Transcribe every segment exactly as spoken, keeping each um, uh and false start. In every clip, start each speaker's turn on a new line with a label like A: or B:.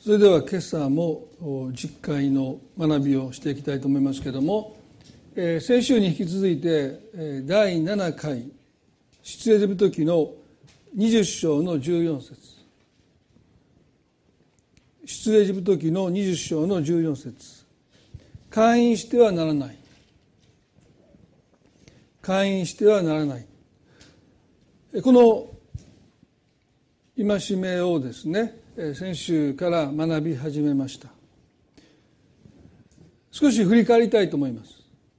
A: それでは今朝もじゅっかいの学びをしていきたいと思いますけれども、えー、先週に引き続いて、えー、だいななかい出エジプト記のにじゅっ章のじゅうよん節、出エジプト記のにじゅっ章のじゅうよん節、姦淫してはならない、姦淫してはならない、この戒めをですね、先週から学び始めました。少し振り返りたいと思います。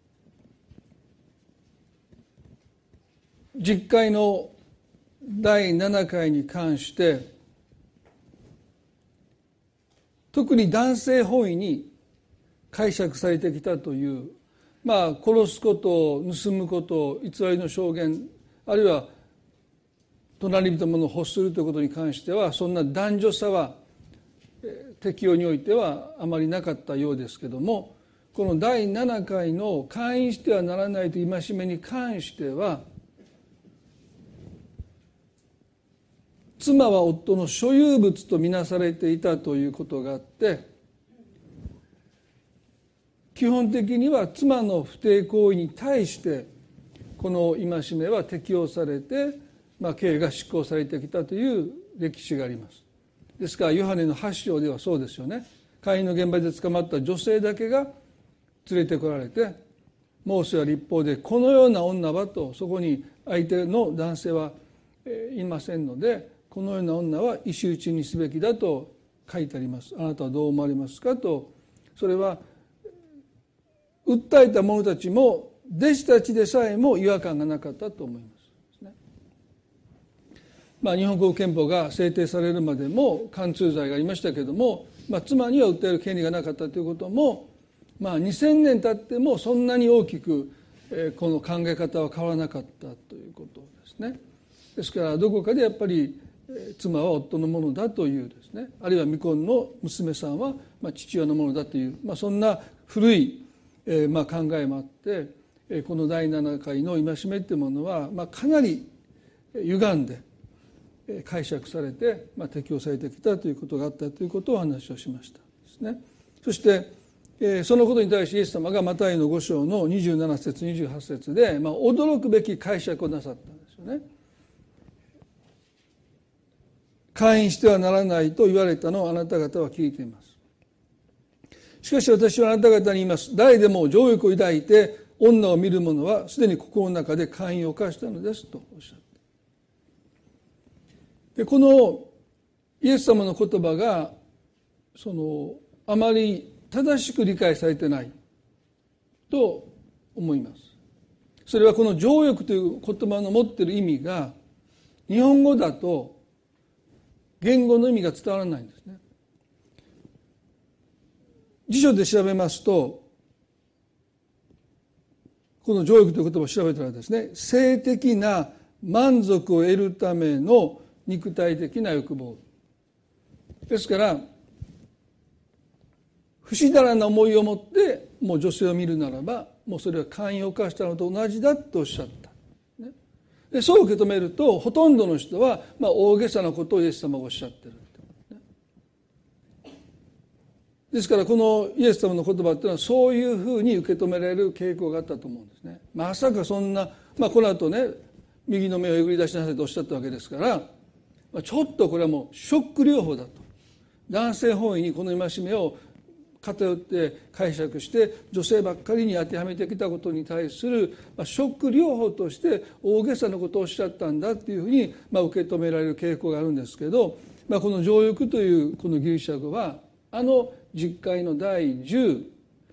A: じゅっかいのだいななかいに関して特に男性本位に解釈されてきたという、まあ殺すこと、盗むこと、偽りの証言、あるいは隣人者を欲するということに関しては、そんな男女差は適用においてはあまりなかったようですけども、このだいななかいの姦淫してはならないという戒めに関しては、妻は夫の所有物とみなされていたということがあって、基本的には妻の不貞行為に対してこの戒めは適用されて、まあ、刑が執行されてきたという歴史があります。ですからヨハネのはち章ではそうですよね。姦淫の現場で捕まった女性だけが連れてこられて、モーセは律法でこのような女はと、そこに相手の男性はいませんので、このような女は石打ちにすべきだと書いてあります。あなたはどう思われますかと。それは訴えた者たちも弟子たちでさえも違和感がなかったと思います。まあ、日本国憲法が制定されるまでも姦通罪がありましたけれども、まあ、妻には訴える権利がなかったということも、まあ、にせんねん経ってもそんなに大きく、えー、この考え方は変わらなかったということですね。ですからどこかでやっぱり、えー、妻は夫のものだというですね、あるいは未婚の娘さんは、まあ、父親のものだという、まあ、そんな古い、えーまあ、考えもあって、えー、このだいななかいの戒めというものは、まあ、かなり歪んで解釈されて、まあ、適用されてきたということがあったということをお話をしましたですね。そして、えー、そのことに対してイエス様がマタイのご章のにじゅうなな節にじゅうはち節で、まあ、驚くべき解釈をなさったんですよね。姦淫してはならないと言われたのをあなた方は聞いています。しかし私はあなた方に言います。誰でも情欲を抱いて女を見る者はすでに心の中で姦淫を犯したのですとおっしゃった。でこのイエス様の言葉がそのあまり正しく理解されてないと思います。それはこの情欲という言葉の持っている意味が日本語だと言語の意味が伝わらないんですね。辞書で調べますと、この情欲という言葉を調べたらですね、性的な満足を得るための肉体的な欲望ですから、不死だらな思いを持ってもう女性を見るならば、もうそれは姦淫を犯したのと同じだとおっしゃった、ね、でそう受け止めるとほとんどの人は、まあ、大げさなことをイエス様がおっしゃってる、ね、ですからこのイエス様の言葉っていうのはそういうふうに受け止められる傾向があったと思うんですね。まさかそんな、まあ、この後ね、右の目をえぐり出しなさいとおっしゃったわけですから、ちょっとこれはもうショック療法だと、男性本位にこの戒めを偏って解釈して女性ばっかりに当てはめてきたことに対するショック療法として大げさなことをおっしゃったんだっていうふうにまあ受け止められる傾向があるんですけど、まあ、この情欲というこのギリシャ語はあのじゅっかいのだいじゅう、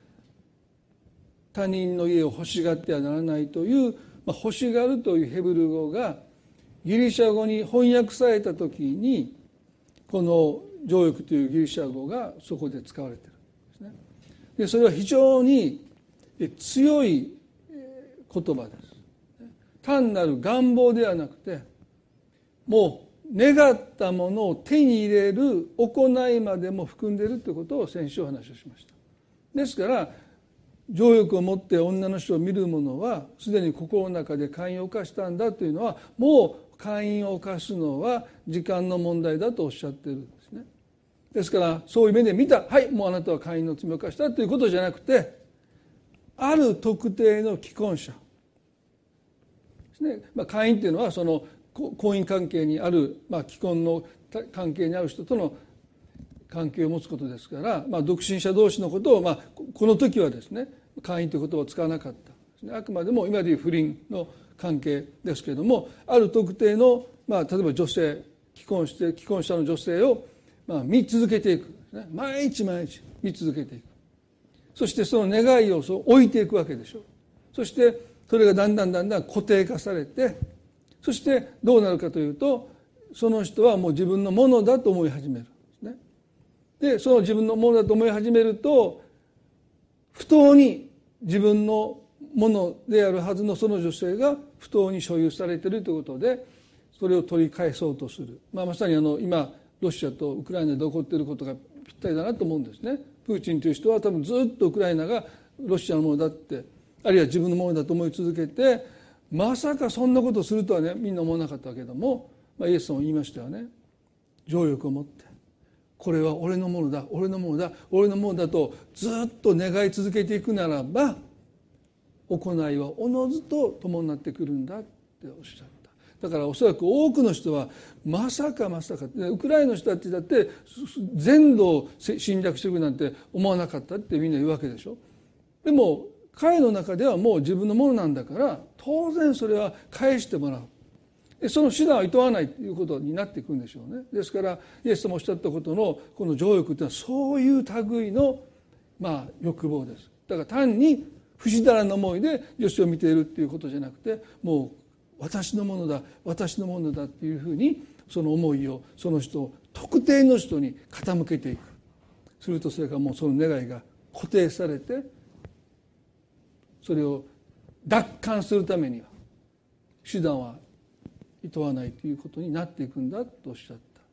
A: 他人の家を欲しがってはならないという、まあ、欲しがるというヘブル語がギリシャ語に翻訳された時にこの情欲というギリシャ語がそこで使われているんですね。でそれは非常に強い言葉です。単なる願望ではなくて、もう願ったものを手に入れる行いまでも含んでいるということを先週お話をしました。ですから情欲を持って女の人を見る者はすでに心の中で姦淫を犯したんだというのは、もう姦淫を犯すのは時間の問題だとおっしゃっているんですね。 ですからそういう目で見た、はい、もうあなたは会員の罪を犯したということじゃなくて、ある特定の既婚者ですね。まあ、会員というのはその婚姻関係にある、まあ、既婚の関係にある人との関係を持つことですから、まあ、独身者同士のことを、まあ、この時はですね会員という言葉を使わなかったですね。あくまでも今でいう不倫の関係ですけれども、ある特定の、まあ、例えば女性、既婚して既婚者の女性を、まあ、見続けていく、ね、毎日毎日見続けていく。そしてその願いをそう置いていくわけでしょう。そしてそれがだんだんだんだん固定化されて、そしてどうなるかというと、その人はもう自分のものだと思い始めるんですね。でその自分のものだと思い始めると、不当に自分のものであるはずのその女性が不当に所有されているということで、それを取り返そうとする、まあ、まさにあの今ロシアとウクライナで起こっていることがぴったりだなと思うんですね。プーチンという人は多分ずっとウクライナがロシアのものだって、あるいは自分のものだと思い続けて、まさかそんなことをするとはねみんな思わなかったけども、まあ、イエスさんも言いましたよね。情欲を持ってこれは俺のものだ俺のものだ俺のものだとずっと願い続けていくならば、行いはおのずと伴ってくるんだっておっしゃった。だからおそらく多くの人はまさかまさか、ウクライナの人たちだって全土を侵略していくなんて思わなかったってみんな言うわけでしょ。でも彼の中ではもう自分のものなんだから、当然それは返してもらう。その手段を厭わないということになっていくんでしょうね。ですからイエス様おっしゃったことのこの情欲というのはそういう類のまあ欲望です。だから単に不死だらの思いで女子を見ているっていうことじゃなくて、もう私のものだ私のものだっていうふうにその思いをその人特定の人に傾けていく。するとそれからもうその願いが固定されて、それを奪還するためには手段は厭わないということになっていくんだとおっしゃった。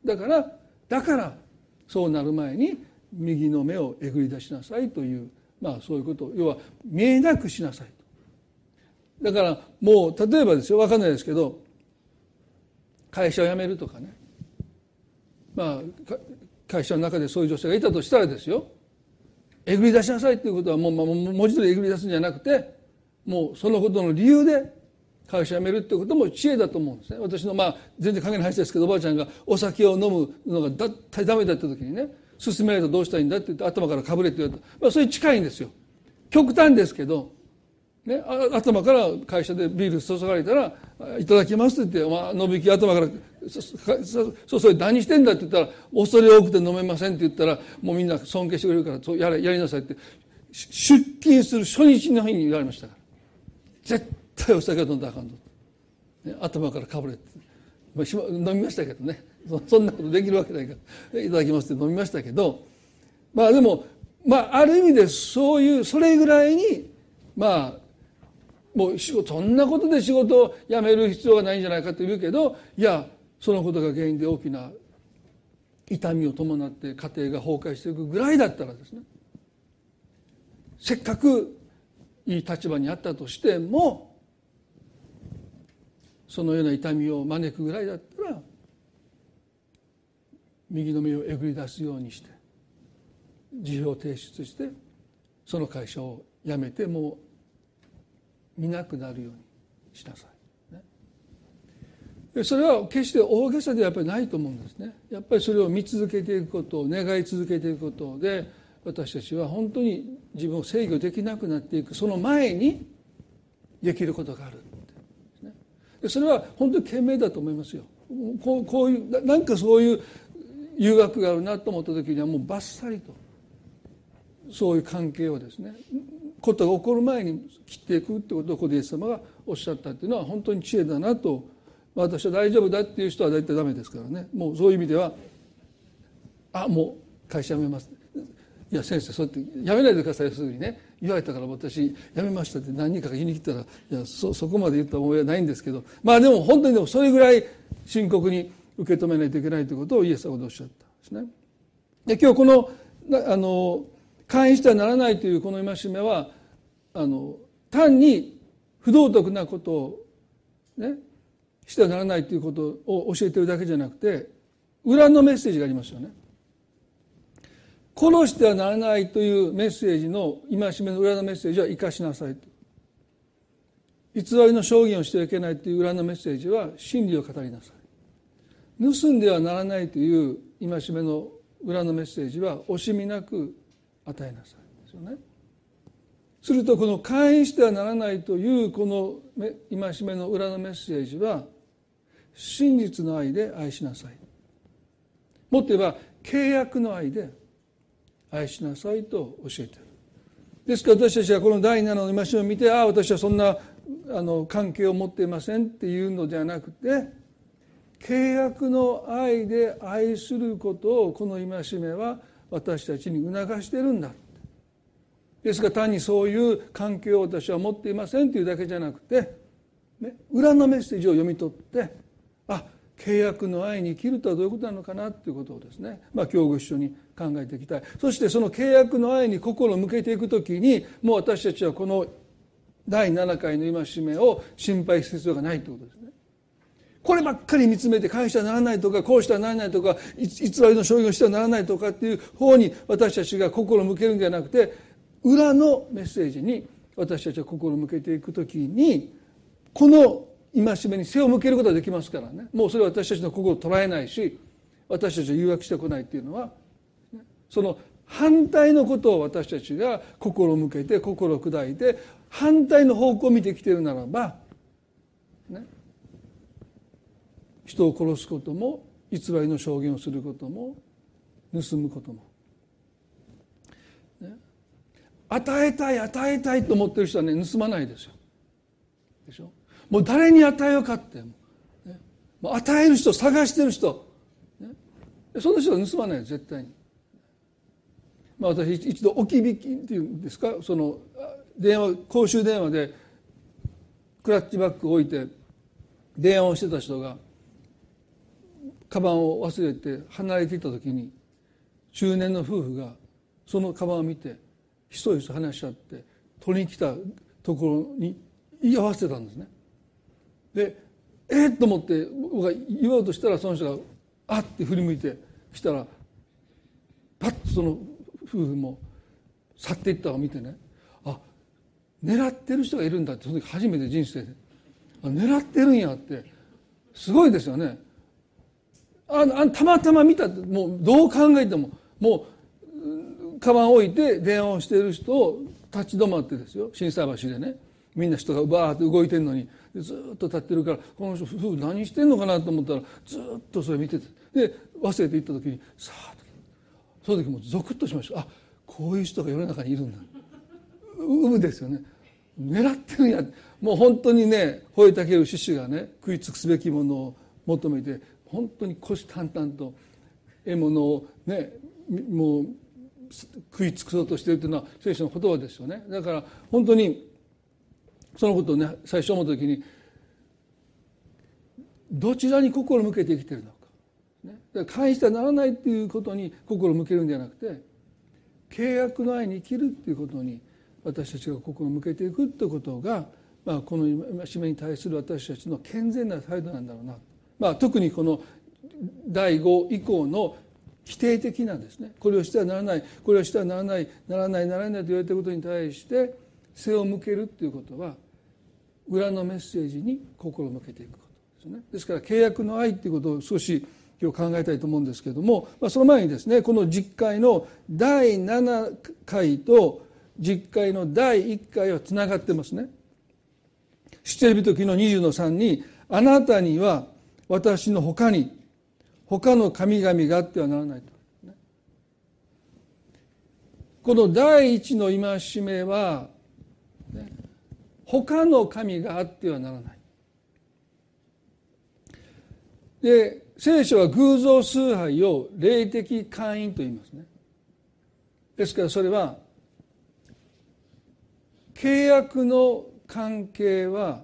A: だからだからそうなる前に右の目をえぐり出しなさいという、まあそういうことを、要は見えなくしなさいと。だからもう例えばですよ、分かんないですけど、会社を辞めるとかね、まあ会社の中でそういう女性がいたとしたらですよ、えぐり出しなさいということはもう文字通りえぐり出すんじゃなくて、もうそのことの理由で会社を辞めるということも知恵だと思うんですね。私のまあ全然関係ない話ですけど、おばあちゃんがお酒を飲むのが絶対ダメだった時にね、勧められたらどうしたらいいんだって言って頭からかぶれって言われた、まあ、それに近いんですよ。極端ですけど、ね、頭から会社でビール注がれたらいただきますって言って、まあ、のびき頭からそうそれ何してんだって言ったら、恐れ多くて飲めませんって言ったら、もうみんな尊敬してくれるからそうやれやりなさいって、出勤する初日の日に言われましたから、絶対お酒を飲んだらあかんと、ね、頭からかぶれって、まあ、飲みましたけどね、そんなことできるわけないからいただきますって飲みましたけど、まあでもまあある意味でそういうそれぐらいにまあもう仕事そんなことで仕事を辞める必要がないんじゃないかと言うけど、いやそのことが原因で大きな痛みを伴って家庭が崩壊していくぐらいだったらですね、せっかくいい立場にあったとしてもそのような痛みを招くぐらいだったら、右の目をえぐり出すようにして辞表を提出してその会社を辞めてもう見なくなるようにしなさい、ね、でそれは決して大げさではやっぱりないと思うんですね。やっぱりそれを見続けていくことを願い続けていくことで、私たちは本当に自分を制御できなくなっていく、その前にできることがあるんですね。でそれは本当に賢明だと思いますよ。こう、こういうなんかそういう誘惑があるなと思った時にはもうバッサリとそういう関係をですね、ことが起こる前に切っていくってことをここでイエス様がおっしゃったっていうのは本当に知恵だなと。私は大丈夫だっていう人は大体ダメですからね。もうそういう意味では、あもう会社辞めます、いや先生そうやって辞めないでくださいすぐにね言われたから私辞めましたって何人かが言いに来たら、いや そ, そこまで言った覚えはないんですけど、まあでも本当にでもそれぐらい深刻に受け止めないといけないということをイエス様がおっしゃったんですね。で今日このあの会員してはならないというこの戒めは、あの単に不道徳なことをねしてはならないということを教えているだけじゃなくて、裏のメッセージがありますよね。 殺してはならないというメッセージの戒めの裏のメッセージは生かしなさいと。偽りの証言をしてはいけないという裏のメッセージは真理を語りなさい。盗んではならないという戒めの裏のメッセージは惜しみなく与えなさいですよね。するとこの姦淫してはならないというこの戒めの裏のメッセージは真実の愛で愛しなさい。もっと言えば契約の愛で愛しなさいと教えている。ですから私たちはこの第七の戒めを見て、ああ私はそんなあの関係を持っていませんっていうのではなくて、契約の愛で愛することをこの戒めは私たちに促しているんだ。ですから単にそういう関係を私は持っていませんというだけじゃなくて、ね、裏のメッセージを読み取って、あ、契約の愛に生きるとはどういうことなのかなということをですね、まあ、今日ご一緒に考えていきたい。そしてその契約の愛に心を向けていくときに、もう私たちはこのだいななかいの戒めを心配する必要がないということですね。こればっかり見つめて返してはならないとか、こうしてはならないとか、偽りの証言をしてはならないとかっていう方に私たちが心を向けるんじゃなくて、裏のメッセージに私たちは心を向けていくときに、この戒めに背を向けることができますからね。もうそれは私たちの心を捉えないし、私たちを誘惑してこないっていうのは、その反対のことを私たちが心を向けて心を砕いて反対の方向を見てきているならば、ね、人を殺すことも偽りの証言をすることも盗むことも、ね、与えたい与えたいと思っている人はね、盗まないですよ。でしょ。もう誰に与えようかって、ね、もう与える人探してる人、ね、その人は盗まないです絶対に。まあ、私一度置き引きっていうんですか、その電話公衆電話でクラッチバッグを置いて電話をしてた人がカバンを忘れて離れていった時に、中年の夫婦がそのカバンを見てひそひそ話し合って取りに来たところに言い合わせてたんですね。でえー、っと思って僕が言おうとしたら、その人があって振り向いてきたら、パッとその夫婦も去っていったのを見てね、あ、狙ってる人がいるんだって、その時初めて人生で、あ、狙ってるんやって、すごいですよね。ああたまたま見たって、もうどう考えても、もうカバンを置いて電話をしている人を立ち止まってですよ、心斎橋でね、みんな人がバーって動いてるのにずっと立ってるから、この人夫婦何してんのかなと思ったらずっとそれ見てて、で忘れていった時にさあ、その時もうゾクッとしました。あ、こういう人が世の中にいるんだ。うむですよね。狙ってるんや。もう本当にね、吠えたける獅子がね、食い尽くすべきものを求めて、本当に虎視眈々と獲物をね、もう食い尽くそうとしているというのは聖書の言葉ですよね。だから本当にそのことをね、最初思った時に、どちらに心を向けて生きているのか。返してはならないということに心を向けるんではなくて、契約の愛に生きるということに私たちが心を向けていくということが、まあ、この戒めに対する私たちの健全な態度なんだろうな、まあ、特にこのだいご以降の否定的なですね、これをしてはならない、これをしてはならない、ならないならないと言われていることに対して背を向けるということは、裏のメッセージに心を向けていくことですね。ですから契約の愛ということを少し今日考えたいと思うんですけれども、まあ、その前にですね、この実会のだいななかいと実会のだいいっかいはつながってますね。出エジプト記のにじゅうのさんに、あなたには私の他に他の神々があってはならないと。この第一の戒めは、ね、他の神があってはならない。で、聖書は偶像崇拝を霊的姦淫と言いますね。ですからそれは契約の関係は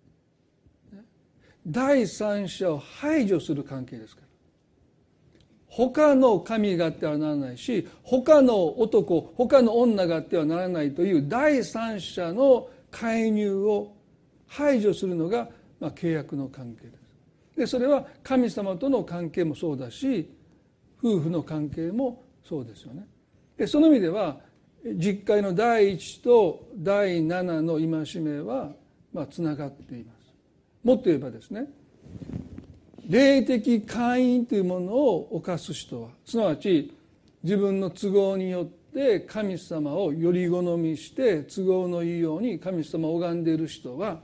A: 第三者を排除する関係ですから。他の神があってはならないし、他の男、他の女があってはならないという第三者の介入を排除するのが、まあ、契約の関係です。でそれは神様との関係もそうだし、夫婦の関係もそうですよね。 その意味では実会の第一と第七の戒めはまあつながっています。もっと言えばですね、霊的姦淫というものを犯す人は、すなわち自分の都合によって神様をより好みして都合のいいように神様を拝んでいる人は、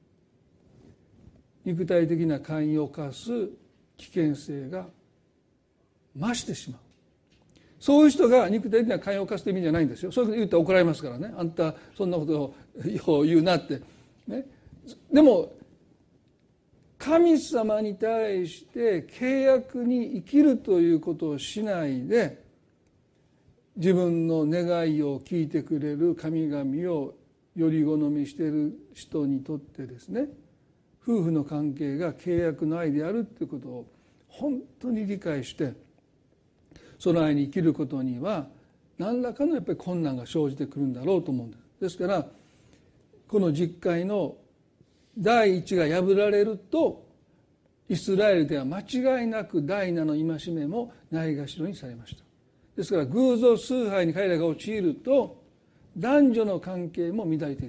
A: 肉体的な姦淫を犯す危険性が増してしまう。そういう人が肉体的な寛容を犯すという意味じゃないんですよ。そういうこと言ったら怒られますからね。あんたそんなことを言うなって、ね、でも神様に対して契約に生きるということをしないで、自分の願いを聞いてくれる神々をより好みしている人にとってですね、夫婦の関係が契約の愛であるということを本当に理解して、その愛に生きることには何らかのやっぱり困難が生じてくるんだろうと思うんです。ですからこの実会の第一が破られると、イスラエルでは間違いなく第七の戒めもないがしろにされました。ですから偶像崇拝に彼らが陥ると男女の関係も乱れていった。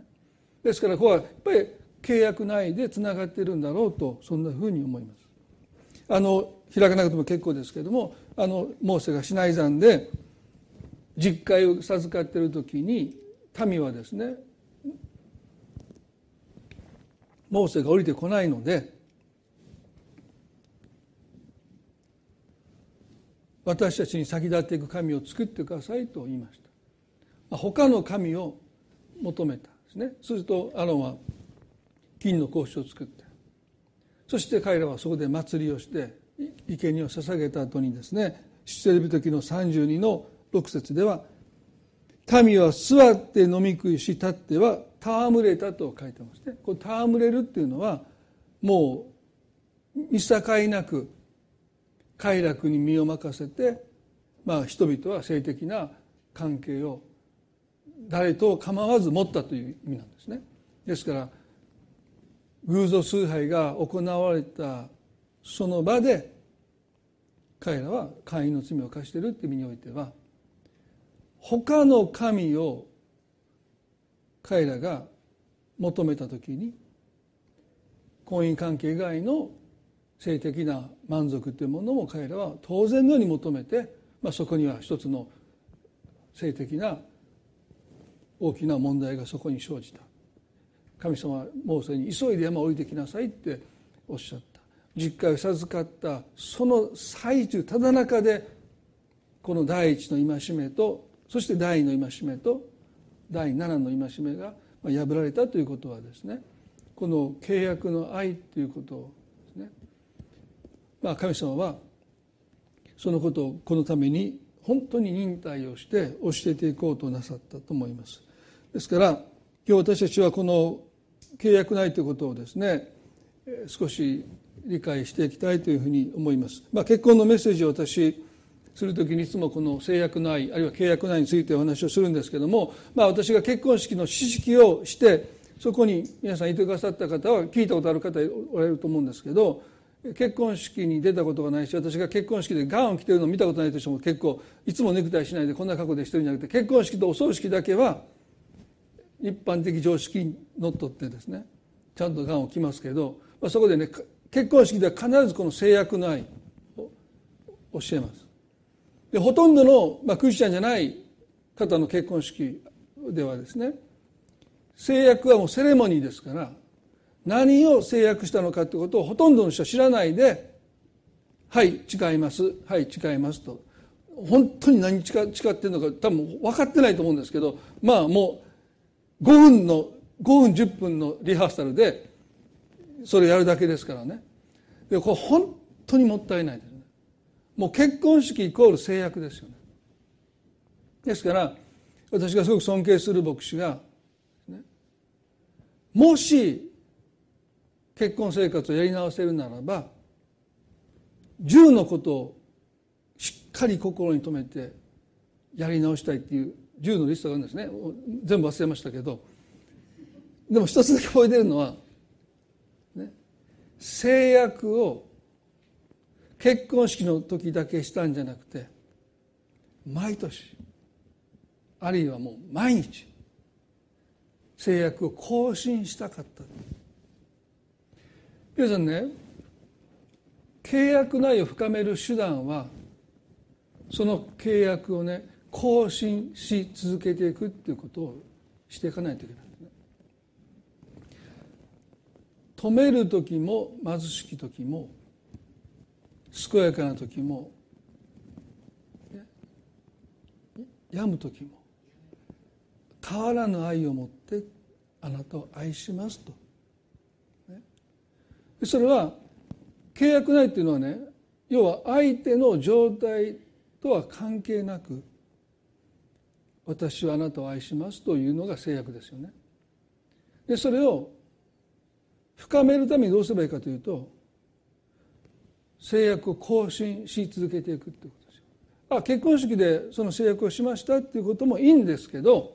A: ですからここはやっぱり契約内でつながっているんだろうと、そんなふうに思います。あの開かなくても結構ですけれども、あのモーセがシナイ山で実会を授かっている時に、民はですね、モーセが降りてこないので、私たちに先立っていく神を作ってくださいと言いました。他の神を求めたんですね。するとアロンは金の格子を作って、そして彼らはそこで祭りをして生贄を捧げた後にですね、出エジプト記のさんじゅうにのろく節では、民は座って飲み食いし、立っては戯れたと書いてますね。この戯れるっていうのは、もう見境なく快楽に身を任せて、まあ、人々は性的な関係を誰と構わず持ったという意味なんですね。ですから偶像崇拝が行われたその場で彼らは姦淫の罪を犯しているという意味においては、他の神を彼らが求めたときに、婚姻関係以外の性的な満足というものも彼らは当然のように求めて、まあ、そこには一つの性的な大きな問題がそこに生じた。神様はモーセに急いで山を降りてきなさいっておっしゃった。実会を授かったその最中ただ中で、この第一の戒めと、そして第二の戒めと第七の戒めが破られたということはですね、この契約の愛ということをですね、まあ、神様はそのことをこのために本当に忍耐をして教えていこうとなさったと思います。ですから今日私たちはこの契約ないということをですね、少し理解していきたいというふうに思います。まあ、結婚のメッセージを私するときにいつもこの制約の愛、あるいは契約の愛についてお話をするんですけども、まあ、私が結婚式の知識をしてそこに皆さんいてくださった方は聞いたことある方おられると思うんですけど、結婚式に出たことがないし、私が結婚式でガウンを着てるのを見たことないとしても、結構いつもネクタイしないでこんな格好でしてるんじゃなくて、結婚式とお葬式だけは一般的常識にのっとってですね、ちゃんとガウンを着ますけど、まあ、そこでね、結婚式では必ずこの制約の愛を教えます。でほとんどの、まあ、クリスチャンじゃない方の結婚式ではですね、制約はもうセレモニーですから、何を制約したのかということをほとんどの人は知らないで、はい誓います、はい誓いますと、本当に何誓ってるのか多分分かってないと思うんですけど、まあもうごふんのごふんじゅっぷんのリハーサルでそれをやるだけですからね。でこれ本当にもったいないですね。もう結婚式イコール制約ですよね。ですから私がすごく尊敬する牧師が、ね、もし結婚生活をやり直せるならば、じゅうのことをしっかり心に留めてやり直したいっていうじゅうのリストがあるんですね。全部忘れましたけど、でも一つだけ覚えてるのは、ね、制約を結婚式の時だけしたんじゃなくて、 毎年あるいはもう毎日制約を更新したかった。皆さんね、契約内容を深める手段はその契約をね更新し続けていくっていうことをしていかないといけないんですね。止める時も貧しき時も健やかな時も病む時も変わらぬ愛を持ってあなたを愛しますと、ね、それは契約ないっていうのはね、要は相手の状態とは関係なく私はあなたを愛しますというのが制約ですよね。でそれを深めるためにどうすればいいかというと、制約を更新し続けていくということですよ。あ、結婚式でその制約をしましたっていうこともいいんですけど、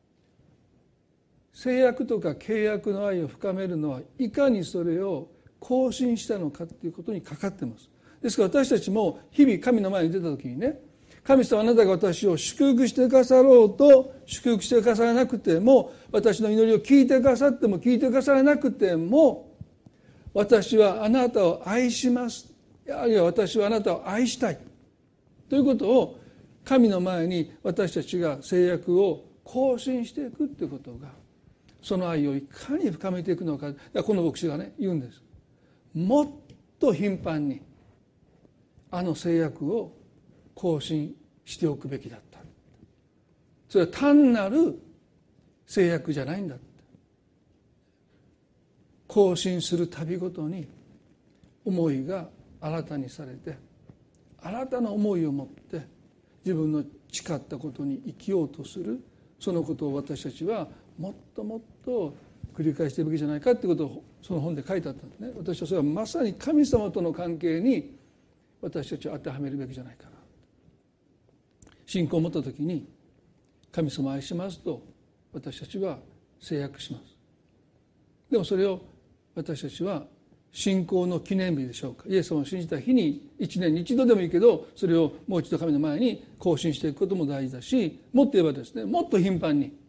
A: 制約とか契約の愛を深めるのはいかにそれを更新したのかということにかかっています。ですから私たちも日々神の前に出た時にね、神様あなたが私を祝福してくださろうと祝福してくださらなくても、私の祈りを聞いてくださっても聞いてくださらなくても、私はあなたを愛します、あるいは私はあなたを愛したいということを神の前に私たちが制約を更新していくということが、その愛をいかに深めていくのか。この牧師がね言うんです。もっと頻繁にあの制約を更新しておくべきだった。それは単なる制約じゃないんだ。更新するたびごとに思いが新たにされて、新たな思いを持って自分の誓ったことに生きようとする、そのことを私たちはもっともっと繰り返していくべきじゃないかということをその本で書いてあったんですね。私はそれはまさに神様との関係に私たちを当てはめるべきじゃないかな。信仰を持った時に神様を愛しますと私たちは制約します。でもそれを私たちは信仰の記念日でしょうか、イエス様を信じた日にいちねんに一度でもいいけどそれをもう一度神の前に更新していくことも大事だし、もっと言えばですね、もっと頻繁に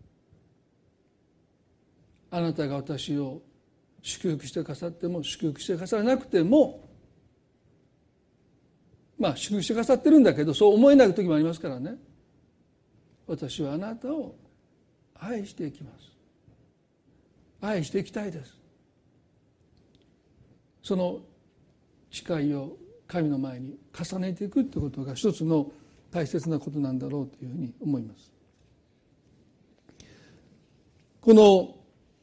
A: あなたが私を祝福してくださっても祝福してくださらなくても、まあ祝福してくださってるんだけどそう思えない時もありますからね、私はあなたを愛していきます、愛していきたいです。その誓いを神の前に重ねていくということが一つの大切なことなんだろうというふうに思います。この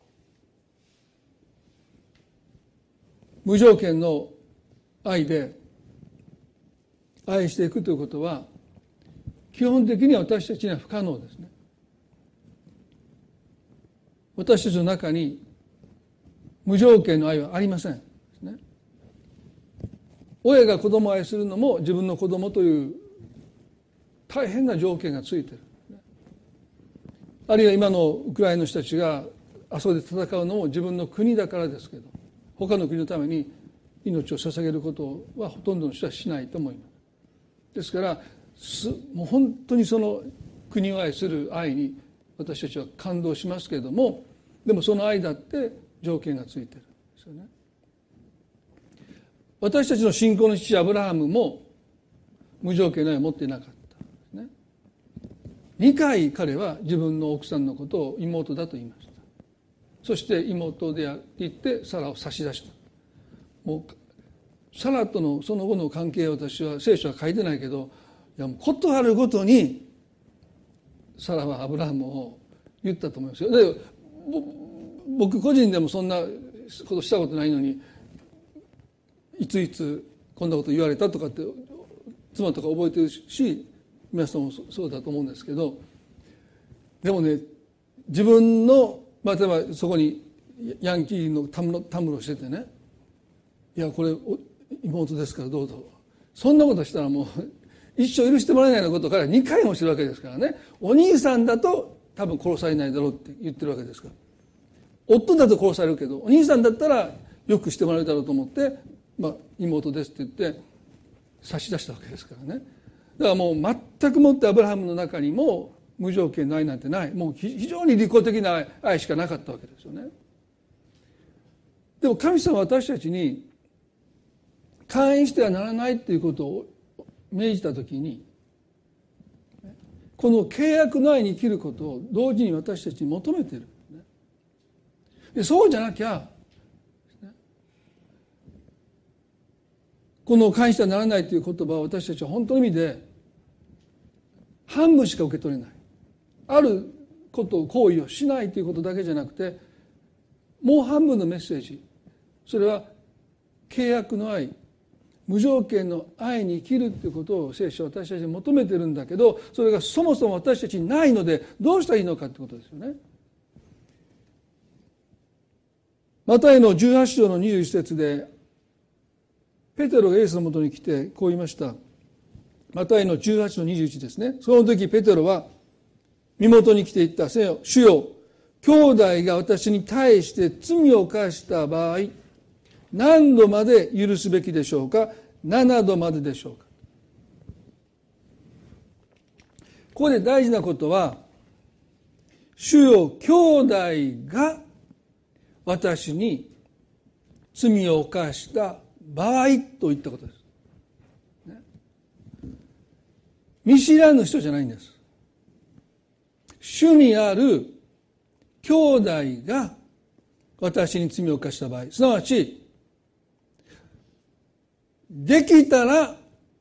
A: 無条件の愛で愛していくということは基本的には私たちには不可能ですね。私たちの中に無条件の愛はありませんですね。親が子供を愛するのも自分の子供という大変な条件がついている。あるいは今のウクライナの人たちがあそこで戦うのも自分の国だからですけど、他の国のために命を捧げることはほとんどの人はしないと思います。ですからもう本当にその国を愛する愛に私たちは感動しますけれども、でもその愛だって条件がついているんですよね。私たちの信仰の父アブラハムも無条件の愛を持っていなかったですね。にかい彼は自分の奥さんのことを妹だと言いました。そして妹であって言ってサラを差し出した。もうサラとのその後の関係は私は聖書は書いてないけど、いやもうことあるごとにサラはアブラハムを言ったと思いますよ。で僕個人でもそんなことしたことないのにいついつこんなこと言われたとかって妻とか覚えてるし、皆さんもそうだと思うんですけど、でもね自分の、まあ、例えばそこにヤンキーのたむろたむろしててね、いやこれ妹ですからどうぞ、そんなことしたらもう一生許してもらえないようなことからにかいもしてるわけですからね。お兄さんだと多分殺されないだろうって言ってるわけですから、夫だと殺されるけどお兄さんだったらよくしてもらえるだろうと思って、まあ、妹ですって言って差し出したわけですからね。 だからもう全くもってアブラハムの中にも無条件の愛なんてない、もう非常に利己的な愛しかなかったわけですよね。でも神様は私たちに勧誘してはならないということを命じたときに、この契約の愛に生きることを同時に私たちに求めている。でそうじゃなきゃこの勧誘してはならないという言葉を私たちは本当の意味で半分しか受け取れない。あることを行為をしないということだけじゃなくて、もう半分のメッセージ、それは契約の愛、無条件の愛に生きるということを聖書は私たちに求めているんだけど、それがそもそも私たちにないのでどうしたらいいのかということですよね。マタイのじゅうはち章のにじゅういち節でペテロがイエスのもとに来てこう言いました。マタイのじゅうはちのにじゅういちですね。その時ペテロは身元に来て言った。主よ、兄弟が私に対して罪を犯した場合、何度まで許すべきでしょうか。ななどまででしょうか。ここで大事なことは、主よ、兄弟が私に罪を犯した場合と言ったことです、ね、見知らぬ人じゃないんです。主にある兄弟が私に罪を犯した場合、すなわちできたら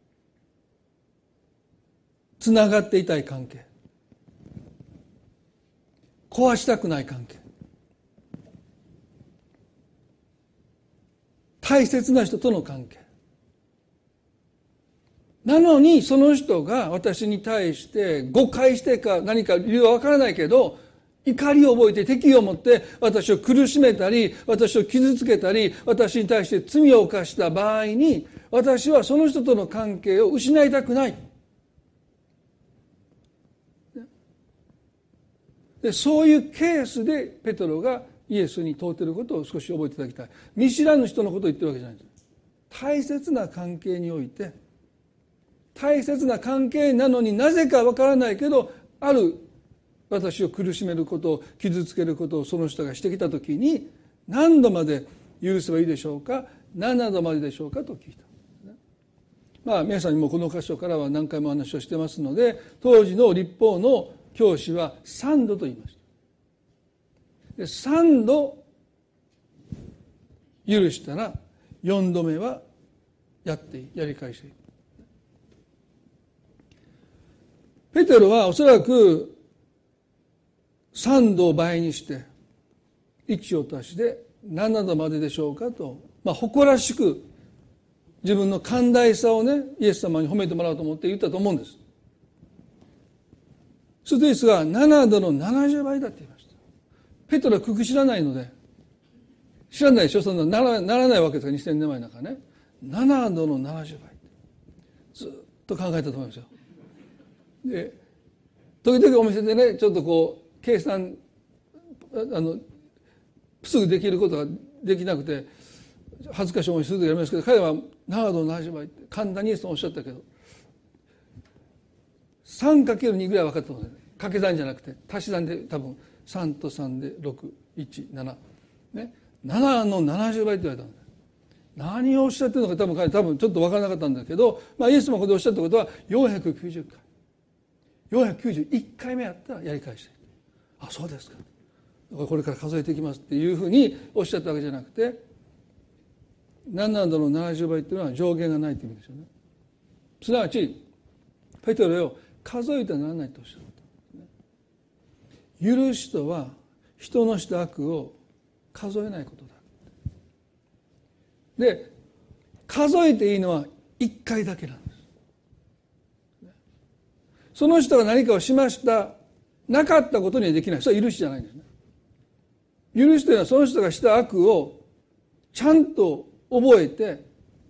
A: つながっていたい関係、壊したくない関係、大切な人との関係なのに、その人が私に対して誤解してか何か理由は分からないけど怒りを覚えて敵意を持って私を苦しめたり私を傷つけたり私に対して罪を犯した場合に、私はその人との関係を失いたくない。でそういうケースでペテロがイエスに問うていることを少し覚えていただきたい。見知らぬ人のことを言ってるわけじゃないんです。大切な関係において、大切な関係なのになぜかわからないけど、ある私を苦しめることを傷つけることをその人がしてきたときに、何度まで許せばいいでしょうか、ななどまででしょうかと聞いた。まあ皆さんにもこの箇所からは何回も話をしてますので、当時の律法の教師はさんどと言いました。でさんど許したらよんどめはやっていい、やり返していい。ペテロはおそらくさんどを倍にしていちを足してななどまででしょうかと、まあ、誇らしく自分の寛大さをねイエス様に褒めてもらおうと思って言ったと思うんです。するとイエスがななどのななじゅうばいだって言いました。ペテロは九九知らないので、知らないでしょ、そんななら、ならないわけですから、にせんねんまえなんかね。ななどのななじゅうばいずっと考えたと思いますよ。で時々お店でねちょっとこう計算あのすぐできることができなくて恥ずかしい思いするときありますけど、彼はななどのななじゅうばいって簡単にイエスさんおっしゃったけど さんかけるに ぐらい分かったと思うんです。掛け算じゃなくて足し算で多分さんとさんでろく、いち、なな、ね、ななのななじゅうばいって言われたんです。何をおっしゃってるのか多分彼多分ちょっと分からなかったんだけど、まあ、イエス様がここでおっしゃったことはよんひゃくきゅうじゅっかいよんひゃくきゅうじゅういっかいめやったらやり返して、あ、そうですか、これから数えていきますっていうふうにおっしゃったわけじゃなくて、ななどのななじゅうばいっていうのは上限がないという意味ですよね。すなわちペテロよ、数えてはならないとおっしゃった。許しとは人のした悪を数えないことだ。で数えていいのはいっかいだけなんです。その人が何かをしました、なかったことにはできない。それは許しじゃないんですね。許しというのはその人がした悪をちゃんと覚えて、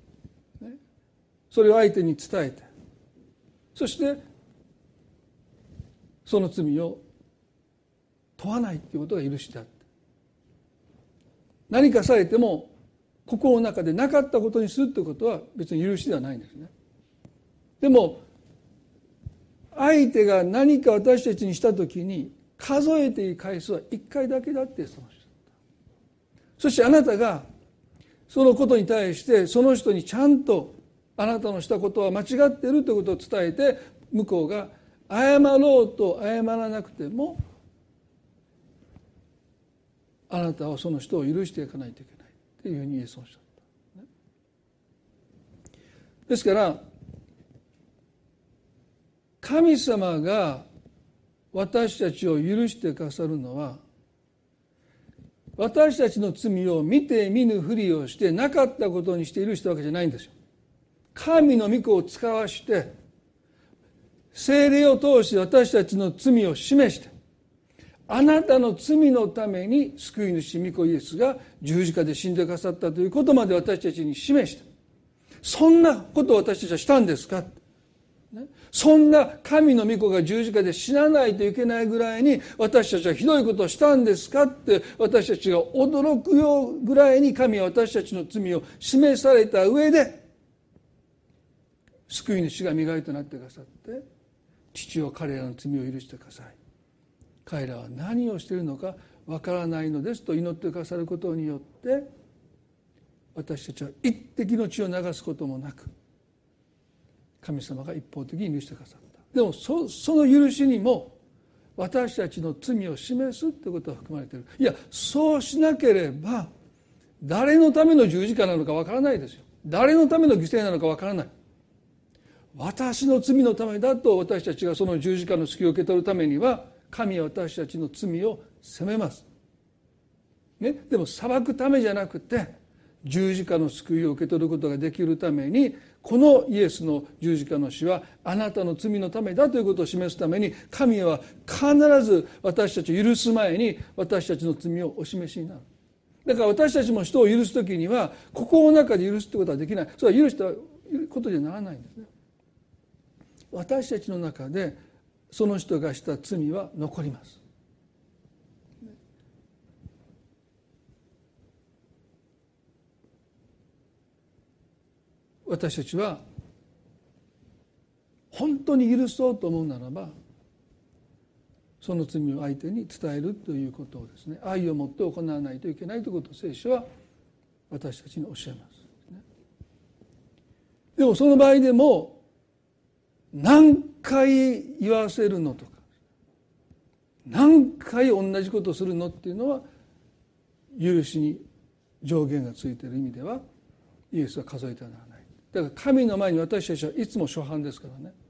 A: それを相手に伝えて、そしてその罪を問わないということが許しであって、何かされても心の中でなかったことにするということは別に許しではないんですね。でも相手が何か私たちにしたときに数えていい回数はいっかいだけだってその人。そしてあなたがそのことに対してその人にちゃんとあなたのしたことは間違っているということを伝えて、向こうが謝ろうと謝らなくてもあなたはその人を許していかないといけないというふうにイエスはおっしゃった。ですから神様が私たちを許してくださるのは、私たちの罪を見て見ぬふりをしてなかったことにして許したわけじゃないんですよ。神の御子を使わして聖霊を通して私たちの罪を示して、あなたの罪のために救い主御子イエスが十字架で死んでくださったということまで私たちに示して、そんなことを私たちはしたんですか、そんな神の御子が十字架で死なないといけないぐらいに私たちはひどいことをしたんですかって私たちが驚くようぐらいに神は私たちの罪を示された上で、救い主が身代わりとなってくださって、父を彼らの罪を許してください、彼らは何をしているのかわからないのですと祈ってくださることによって、私たちは一滴の血を流すこともなく神様が一方的に許してくださった。でも そ, その許しにも私たちの罪を示すということが含まれている。いや、そうしなければ誰のための十字架なのかわからないですよ。誰のための犠牲なのかわからない。私の罪のためだと私たちがその十字架の救いを受け取るためには、神は私たちの罪を責めます、ね、でも裁くためじゃなくて十字架の救いを受け取ることができるために、このイエスの十字架の死はあなたの罪のためだということを示すために、神は必ず私たちを許す前に私たちの罪をお示しになる。だから私たちも人を許すときには心の中で許すってことはできない。それは許したことにはならないんですね。私たちの中でその人がした罪は残ります。私たちは本当に許そうと思うならば、その罪を相手に伝えるということをですね、愛を持って行わないといけないということを聖書は私たちに教えます。でもその場合でも何回言わせるのとか、何回同じことをするのっていうのは許しに上限がついている意味ではイエスは数えてはならない。だから神の前に私たちはいつも初犯ですからね。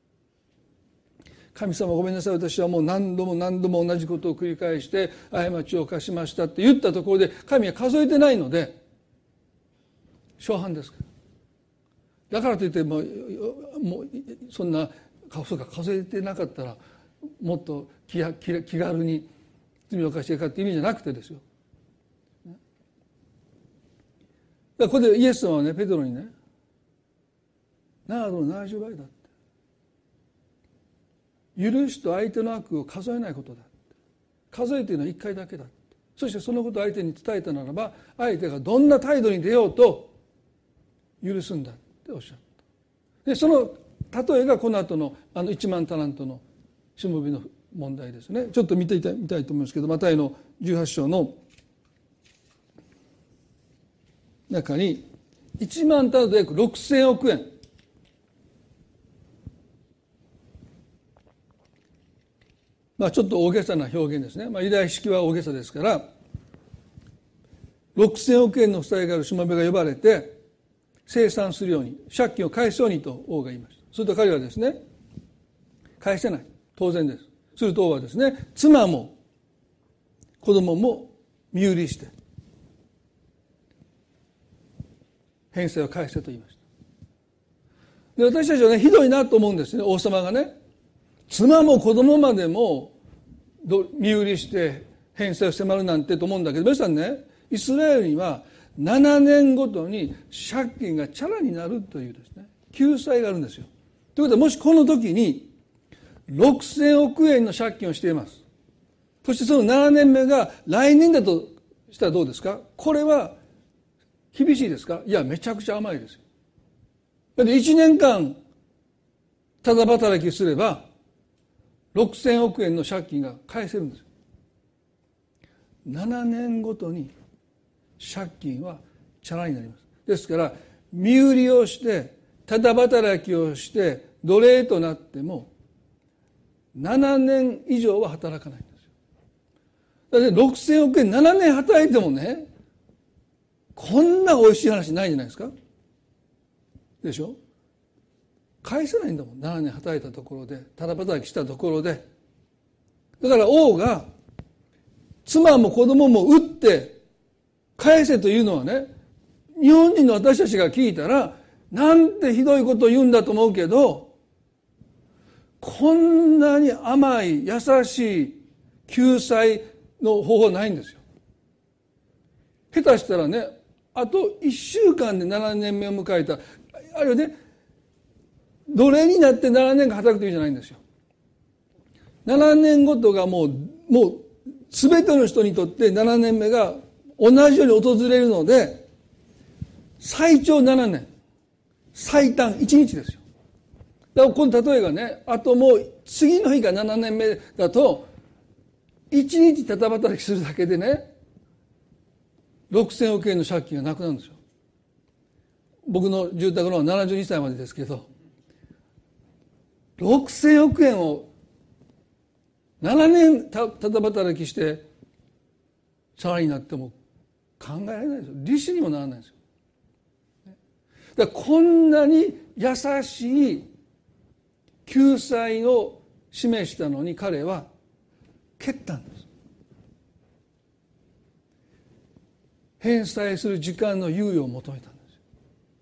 A: 神様ごめんなさい、私はもう何度も何度も同じことを繰り返して過ちを犯しましたって言ったところで神は数えてないので初犯ですから。だからといってもう、もうそんなそうか数えてなかったらもっと 気, 気, 気軽に罪を犯していくかっていう意味じゃなくてですよ。だからここでイエス様はね、ペテロにね、ななどのななじゅうばいだって、許しと相手の悪を数えないことだって、数えているのはいっかいだけだって、そしてそのことを相手に伝えたならば相手がどんな態度に出ようと許すんだっておっしゃった。でその例えがこの後のあのいちまんタラントのしもべの問題ですね。ちょっと見てみたい、見たいと思いますけど、マタイのじゅうはち章の中にいちまんタラントで約ろくせんおくえん、まあちょっと大げさな表現ですね。まあユダヤ式は大げさですからろくせんおくえんの負債があるしもべが呼ばれて清算するように、借金を返すようにと王が言いました。すると彼はですね、返せない、当然です。すると王はですね、妻も子供も身売りして返済を返せと言いました。で私たちはね、ひどいなと思うんですね。王様がね、妻も子供までも身売りして返済を迫るなんてと思うんだけど、皆さんね、イスラエルにはななねんごとに借金がチャラになるというですね、救済があるんですよ。ということは、もしこの時にろくせんおくえんの借金をしています。そしてそのななねんめが来年だとしたらどうですか？これは厳しいですか？いや、めちゃくちゃ甘いですよ。だっていちねんかんただ働きすればろくせんおくえんの借金が返せるんですよ。ななねんごとに借金はチャラになります。ですから身売りをしてただ働きをして奴隷となってもななねん以上は働かないんですよ。だってろくせんおくえんななねん働いてもね、こんな美味しい話ないじゃないですか。でしょ。返せないんだもん。ななねん働いたところで、ただ働きしたところで。だから王が妻も子供も売って返せというのはね、日本人の私たちが聞いたらなんてひどいことを言うんだと思うけど、こんなに甘い優しい救済の方法ないんですよ。下手したらね、あといっしゅうかんでななねんめを迎えた、あるいはね、奴隷になってななねんかん働くというじゃないんですよ。ななねんごとがもうもう全ての人にとってななねんめが同じように訪れるので、最長ななねん、最短いちにちですよ。だからこの例えがね、あともう次の日がななねんめだといちにちただ働きするだけでね、ろくせんおくえんの借金がなくなるんですよ。僕の住宅ローンはななじゅうにさいまでですけど、ろくせんおくえんをななねんただ働きしてチャラになっても考えられないですよ。利子にもならないですよ。だからこんなに優しい救済を示したのに彼は蹴ったんです。返済する時間の猶予を求めたんですよ。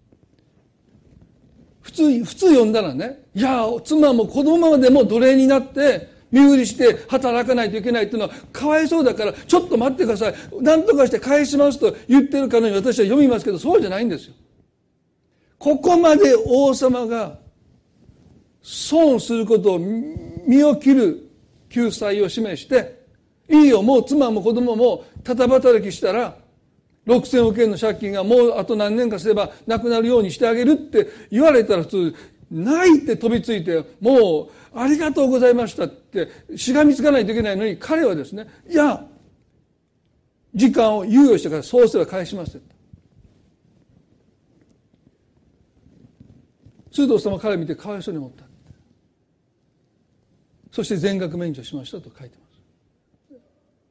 A: 普通普通読んだらね、いや妻も子供までも奴隷になって身売りして働かないといけないっていうのはかわいそうだからちょっと待ってください、何とかして返しますと言ってるかのように私は読みますけど、そうじゃないんですよ。ここまで王様が損することを身を切る救済を示して、いいよもう妻も子供もただ働きしたらろくせんおくえんの借金がもうあと何年かすればなくなるようにしてあげるって言われたら普通泣いて飛びついて、もうありがとうございましたってしがみつかないといけないのに、彼はですね、いや時間を猶予してからそうすれば返しますって。すると王様から見てかわいそうに思った。そして全額免除しましたと書いてます。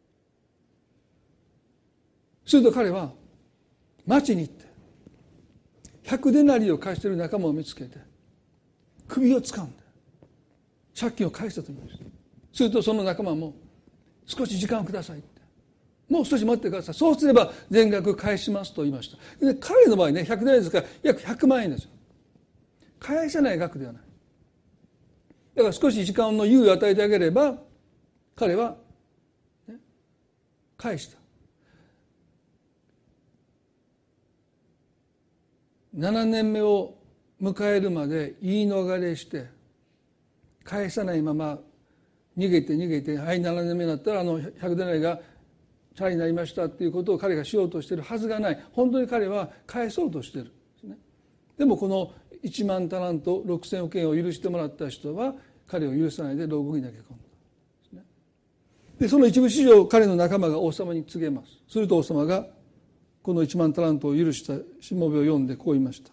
A: すると彼は町に行ってひゃくデナリを貸している仲間を見つけて首を掴んで借金を返したと言いました。するとその仲間も少し時間をくださいって、もう少し待ってください、そうすれば全額返しますと言いました。で彼の場合ね、ひゃくデナリですから約ひゃくまんえんですよ。返せない額ではない。だから少し時間の猶予を与えてあげれば彼は、ね、返した。ななねんめを迎えるまで言い逃れして返さないまま逃げて逃げて、はいななねんめになったらあのひゃくデナリがチャラになりましたっていうことを彼がしようとしているはずがない。本当に彼は返そうとしているんですね。でもこのいちまんタラントろくせんおくえんを許してもらった人は彼を許さないで牢獄に投げ込んだんですね。でその一部始終を彼の仲間が王様に告げます。すると王様がこのいちまんタラントを許したしもべを読んでこう言いました。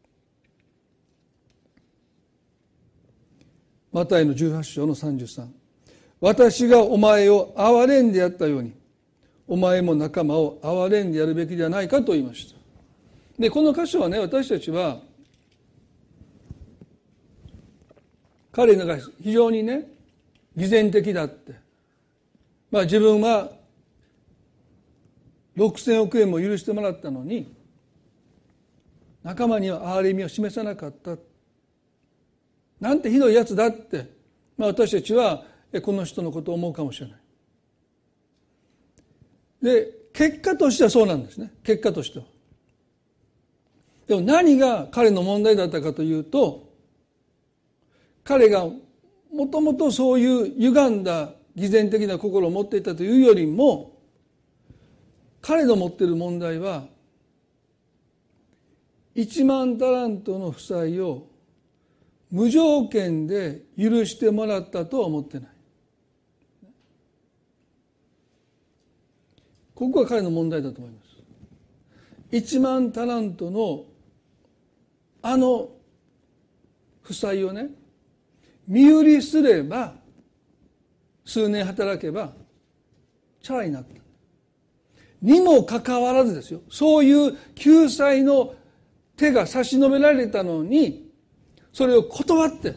A: マタイのじゅうはち章のさんじゅうさん、私がお前を憐れんでやったようにお前も仲間を憐れんでやるべきではないかと言いました。でこの箇所はね、私たちは彼が非常にね偽善的だって、まあ自分はろくせんおくえんも許してもらったのに仲間には憐れみを示さなかった、なんてひどいやつだって、まあ、私たちはこの人のことを思うかもしれない。で結果としてはそうなんですね。結果としては。でも何が彼の問題だったかというと、彼がもともとそういう歪んだ偽善的な心を持っていたというよりも、彼の持っている問題はいちまんタラントの負債を無条件で許してもらったとは思ってない。ここが彼の問題だと思います。一万タラントのあの負債をね、身売りすれば数年働けばチャラになった。にもかかわらずですよ、そういう救済の手が差し伸べられたのに、それを断って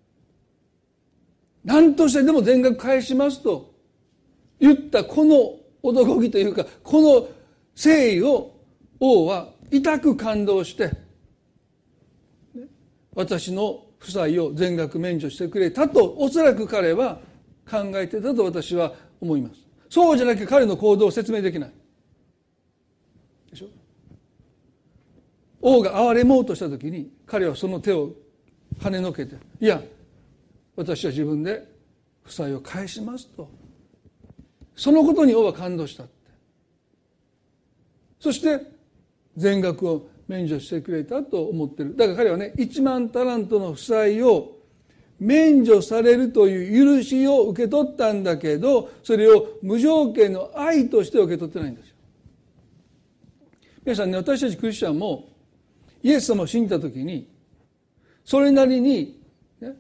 A: 何としてでも全額返しますと言ったこの男気というか、この誠意を王は痛く感動して、私の負債を全額免除してくれたとおそらく彼は考えてたと私は思います。そうじゃなきゃ彼の行動を説明できないでしょ。王が憐れもうとした時に彼はその手を跳ねのけて、いや私は自分で負債を返しますと、そのことに王は感動したって。そして全額を免除してくれたと思ってる。だから彼はね、いちまんタラントの負債を免除されるという許しを受け取ったんだけど、それを無条件の愛として受け取ってないんですよ。皆さんね、私たちクリスチャンもイエス様を信じたときにそれなりに、ね、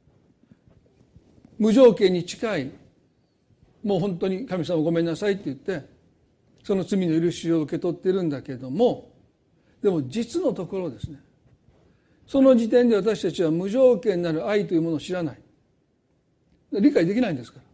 A: 無条件に近い、もう本当に神様ごめんなさいって言ってその罪の許しを受け取ってるんだけども、でも実のところですね、その時点で私たちは無条件なる愛というものを知らない、理解できないんですから。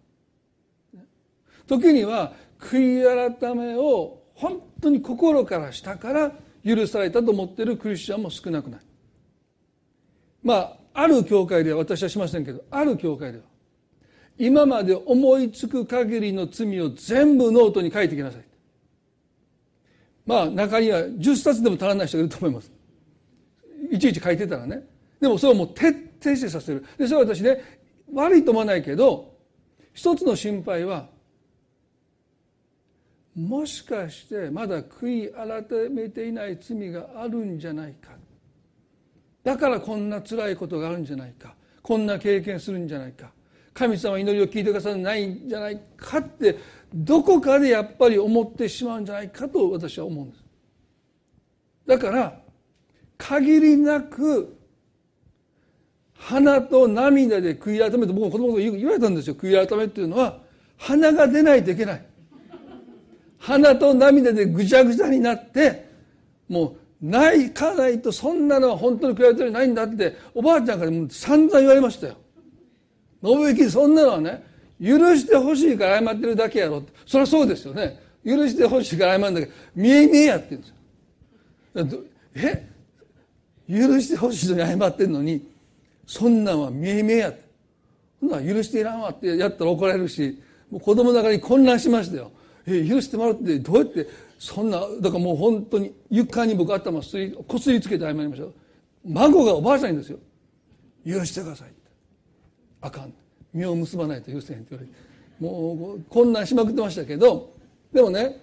A: 時には悔い改めを本当に心からしたから許されたと思っているクリスチャンも少なくない。まあある教会では、私はしませんけど、ある教会では今まで思いつく限りの罪を全部ノートに書いてきなさい。まあ中にはじゅっさつでも足らない人がいると思います。いちいち書いてたらね。でもそれをもう徹底してさせる。でそれは私ね、悪いと思わないけど、一つの心配は、もしかしてまだ悔い改めていない罪があるんじゃないか、だからこんな辛いことがあるんじゃないか、こんな経験するんじゃないか、神様は祈りを聞いてくださらないんじゃないかってどこかでやっぱり思ってしまうんじゃないかと私は思うんです。だから限りなく鼻と涙で悔い改めて、僕も子供の頃言われたんですよ。悔い改めっていうのは鼻が出ないといけない。鼻と涙でぐちゃぐちゃになって、もうないかないとそんなのは本当に悔い改めないんだっておばあちゃんからも散々言われましたよ。信行、そんなのはね、許してほしいから謝ってるだけやろって。そりゃそうですよね。許してほしいから謝るんだけど、見え見えやって言うんですよ。え許してほしいのに謝ってんのに、そんなんは見え見えやって。そんなん許していらんわってやったら怒られるし、もう子供ながらに混乱しましたよ。え許してもらうってどうやって、そんな、だからもう本当に床に僕頭すりこすりつけて謝りました。孫がおばあちゃんにですよ、許してくださいって。あかん、身を結ばないと許せへんって言われて、もう混乱しまくってましたけど、でもね、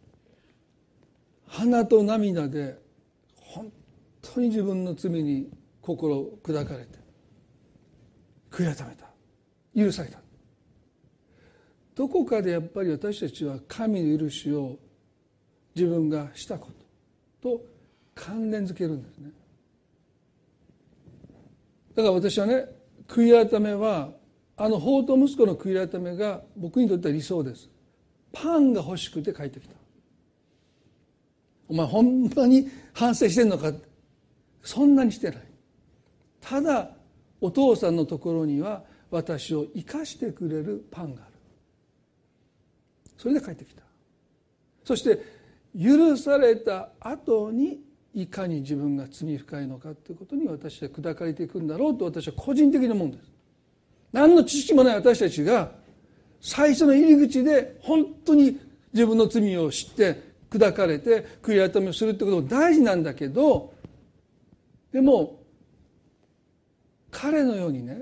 A: 鼻と涙で本当に自分の罪に心を砕かれて悔い改めた、許された。どこかでやっぱり私たちは神の許しを自分がしたことと関連づけるんですね。だから私はね、悔い改めはあの法と息子の悔い改めが僕にとっては理想です。パンが欲しくて帰ってきた。お前ほんまに反省してんのか、そんなにしてない。ただお父さんのところには私を生かしてくれるパンがある。それで帰ってきた。そして許された後にいかに自分が罪深いのかということに私は砕かれていくんだろうと私は個人的に思うんです。何の知識もない私たちが最初の入り口で本当に自分の罪を知って砕かれて悔い改めをするってことも大事なんだけど、でも彼のようにね、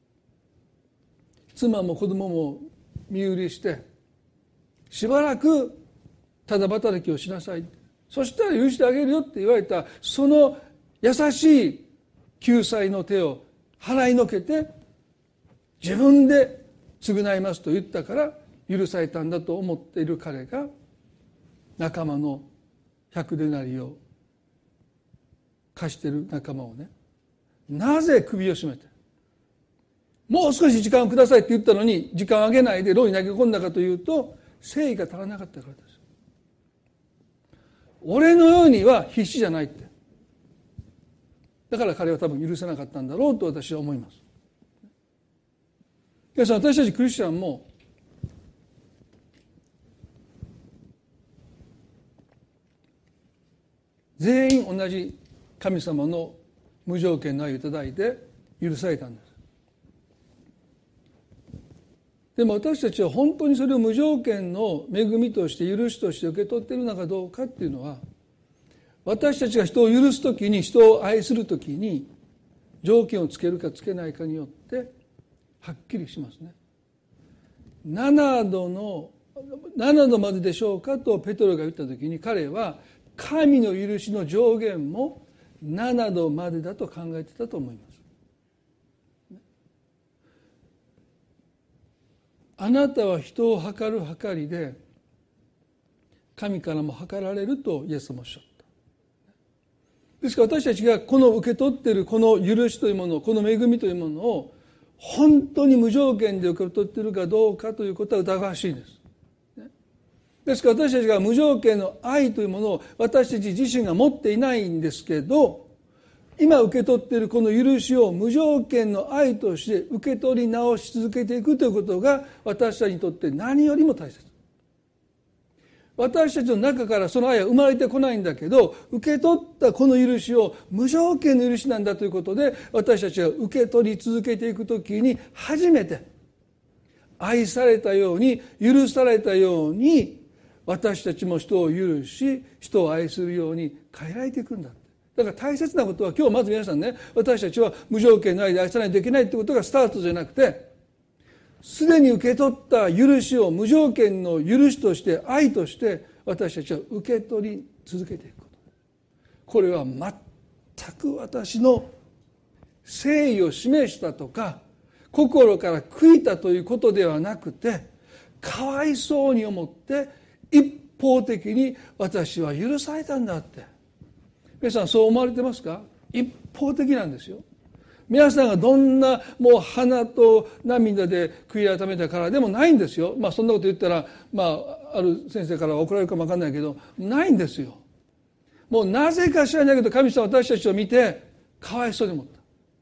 A: 妻も子供も身売りしてしばらくただ働きをしなさい、そしたら許してあげるよって言われたその優しい救済の手を払いのけて自分で償いますと言ったから許されたんだと思っている彼が、仲間のひゃくデナリを貸している仲間をね、なぜ首を絞めて、もう少し時間をくださいって言ったのに時間をあげないで牢に投げ込んだかというと、誠意が足らなかったからです。俺のようには必死じゃないって。だから彼は多分許せなかったんだろうと私は思います。皆さん、私たちクリスチャンも全員同じ神様の無条件の愛をいただいて許されたんです。でも私たちは本当にそれを無条件の恵みとして許しとして受け取っているのかどうかっていうのは、私たちが人を許すときに、人を愛するときに条件をつけるかつけないかによってはっきりしますね。ななどのななどまででしょうかとペトロが言ったときに、彼は神の許しの上限もななどまでだと考えてたと思います。あなたは人を測る測りで神からも測られるとイエス様おっしゃった。ですから私たちがこの受け取っているこの許しというもの、この恵みというものを本当に無条件で受け取っているかどうかということは疑わしいです。ですから私たちが無条件の愛というものを私たち自身が持っていないんですけど、今受け取っているこの許しを無条件の愛として受け取り直し続けていくということが私たちにとって何よりも大切。私たちの中からその愛は生まれてこないんだけど、受け取ったこの許しを無条件の許しなんだということで私たちが受け取り続けていくときに、初めて愛されたように許されたように私たちも人を許し人を愛するように変えられていくんだ。だから大切なことは、今日まず皆さんね、私たちは無条件の愛で愛さないといけないということがスタートじゃなくて、すでに受け取った許しを無条件の許しとして愛として私たちは受け取り続けていくこと。これは全く私の誠意を示したとか心から悔いたということではなくて、かわいそうに思って一方的に私は許されたんだって。皆さんそう思われてますか？一方的なんですよ。皆さんがどんなもう鼻と涙で悔い改めたからでもないんですよ。まあそんなこと言ったら、まあある先生から怒られるかもわかんないけど、ないんですよ。もうなぜか知らないけど神様は私たちを見てかわいそうに思った。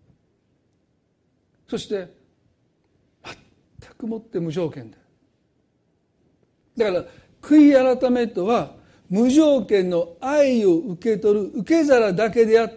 A: そして全くもって無条件で。だから悔い改めとは無条件の愛を受け取る受け皿だけであって、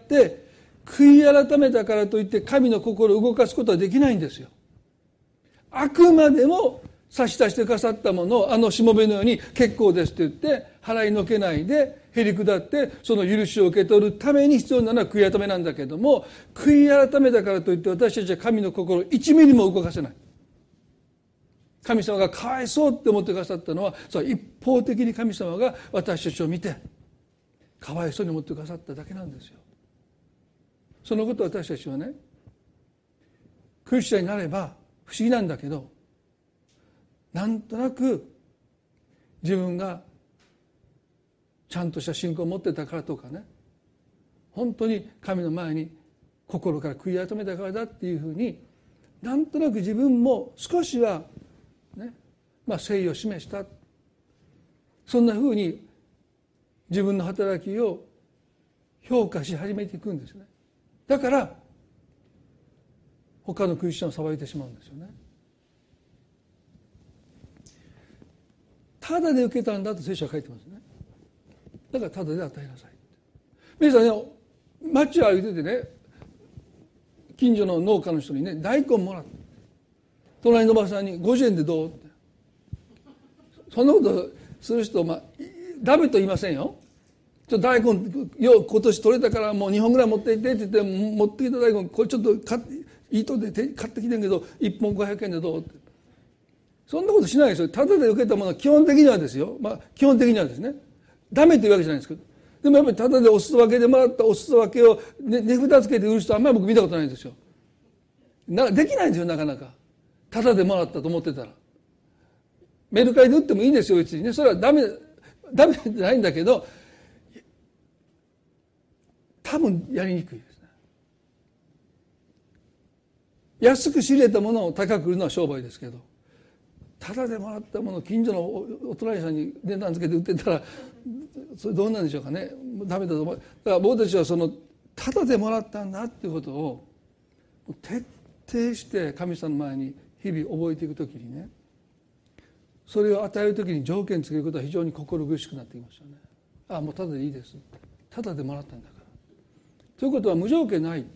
A: 悔い改めたからといって神の心を動かすことはできないんですよ。あくまでも差し出してくださったものをあのしもべのように結構ですと言って払いのけないでへり下ってその許しを受け取るために必要なのは悔い改めなんだけども、悔い改めたからといって私たちは神の心をいちミリも動かせない。神様がかわいそうって思ってくださったのは、それは一方的に神様が私たちを見てかわいそうに思ってくださっただけなんですよ。そのことを私たちはね、クリスチャンになれば不思議なんだけど、なんとなく自分がちゃんとした信仰を持ってたからとかね、本当に神の前に心から悔い改めたからだっていうふうに、なんとなく自分も少しはね、まあ誠意を示した、そんなふうに自分の働きを評価し始めていくんですね。だから他のクリスチャンを裁いてしまうんですよね。ただで受けたんだと聖書は書いてますね。だからただで与えなさい。皆さんね、街を歩いててね、近所の農家の人にね大根もらった。隣のおばさんにごじゅうえんでどうって。そんなことする人、まあダメと言いませんよ。ちょっと大根よ今年取れたからもうにほんぐらい持っていってって言って、持ってきた大根これちょっと買って糸で買ってきてんけどいっぽんごひゃくえんでどうって。そんなことしないですよ。ただで受けたものは基本的にはですよ、まあ基本的にはですね、ダメというわけじゃないですけど、でもやっぱりただでお裾分けでもらったお裾分けを値札つけて売る人あんまり僕見たことないんですよ。 なできないんですよ、なかなか。ただでもらったと思ってたら。メルカリで売ってもいいですよ、別にね。それはダメ、ダメじゃないんだけど、多分やりにくいですね。安く仕入れたものを高く売るのは商売ですけど、ただでもらったものを近所のお隣さんに値段つけて売ってたら、それどうなんでしょうかね。ダメだと思う。だから僕たちはそのただでもらったんだっていうことを徹底して神様の前に日々覚えていくときにね、それを与えるときに条件つけることは非常に心苦しくなってきましたね。ああ、もうただでいいです。ただでもらったんだから。ということは無条件の愛って、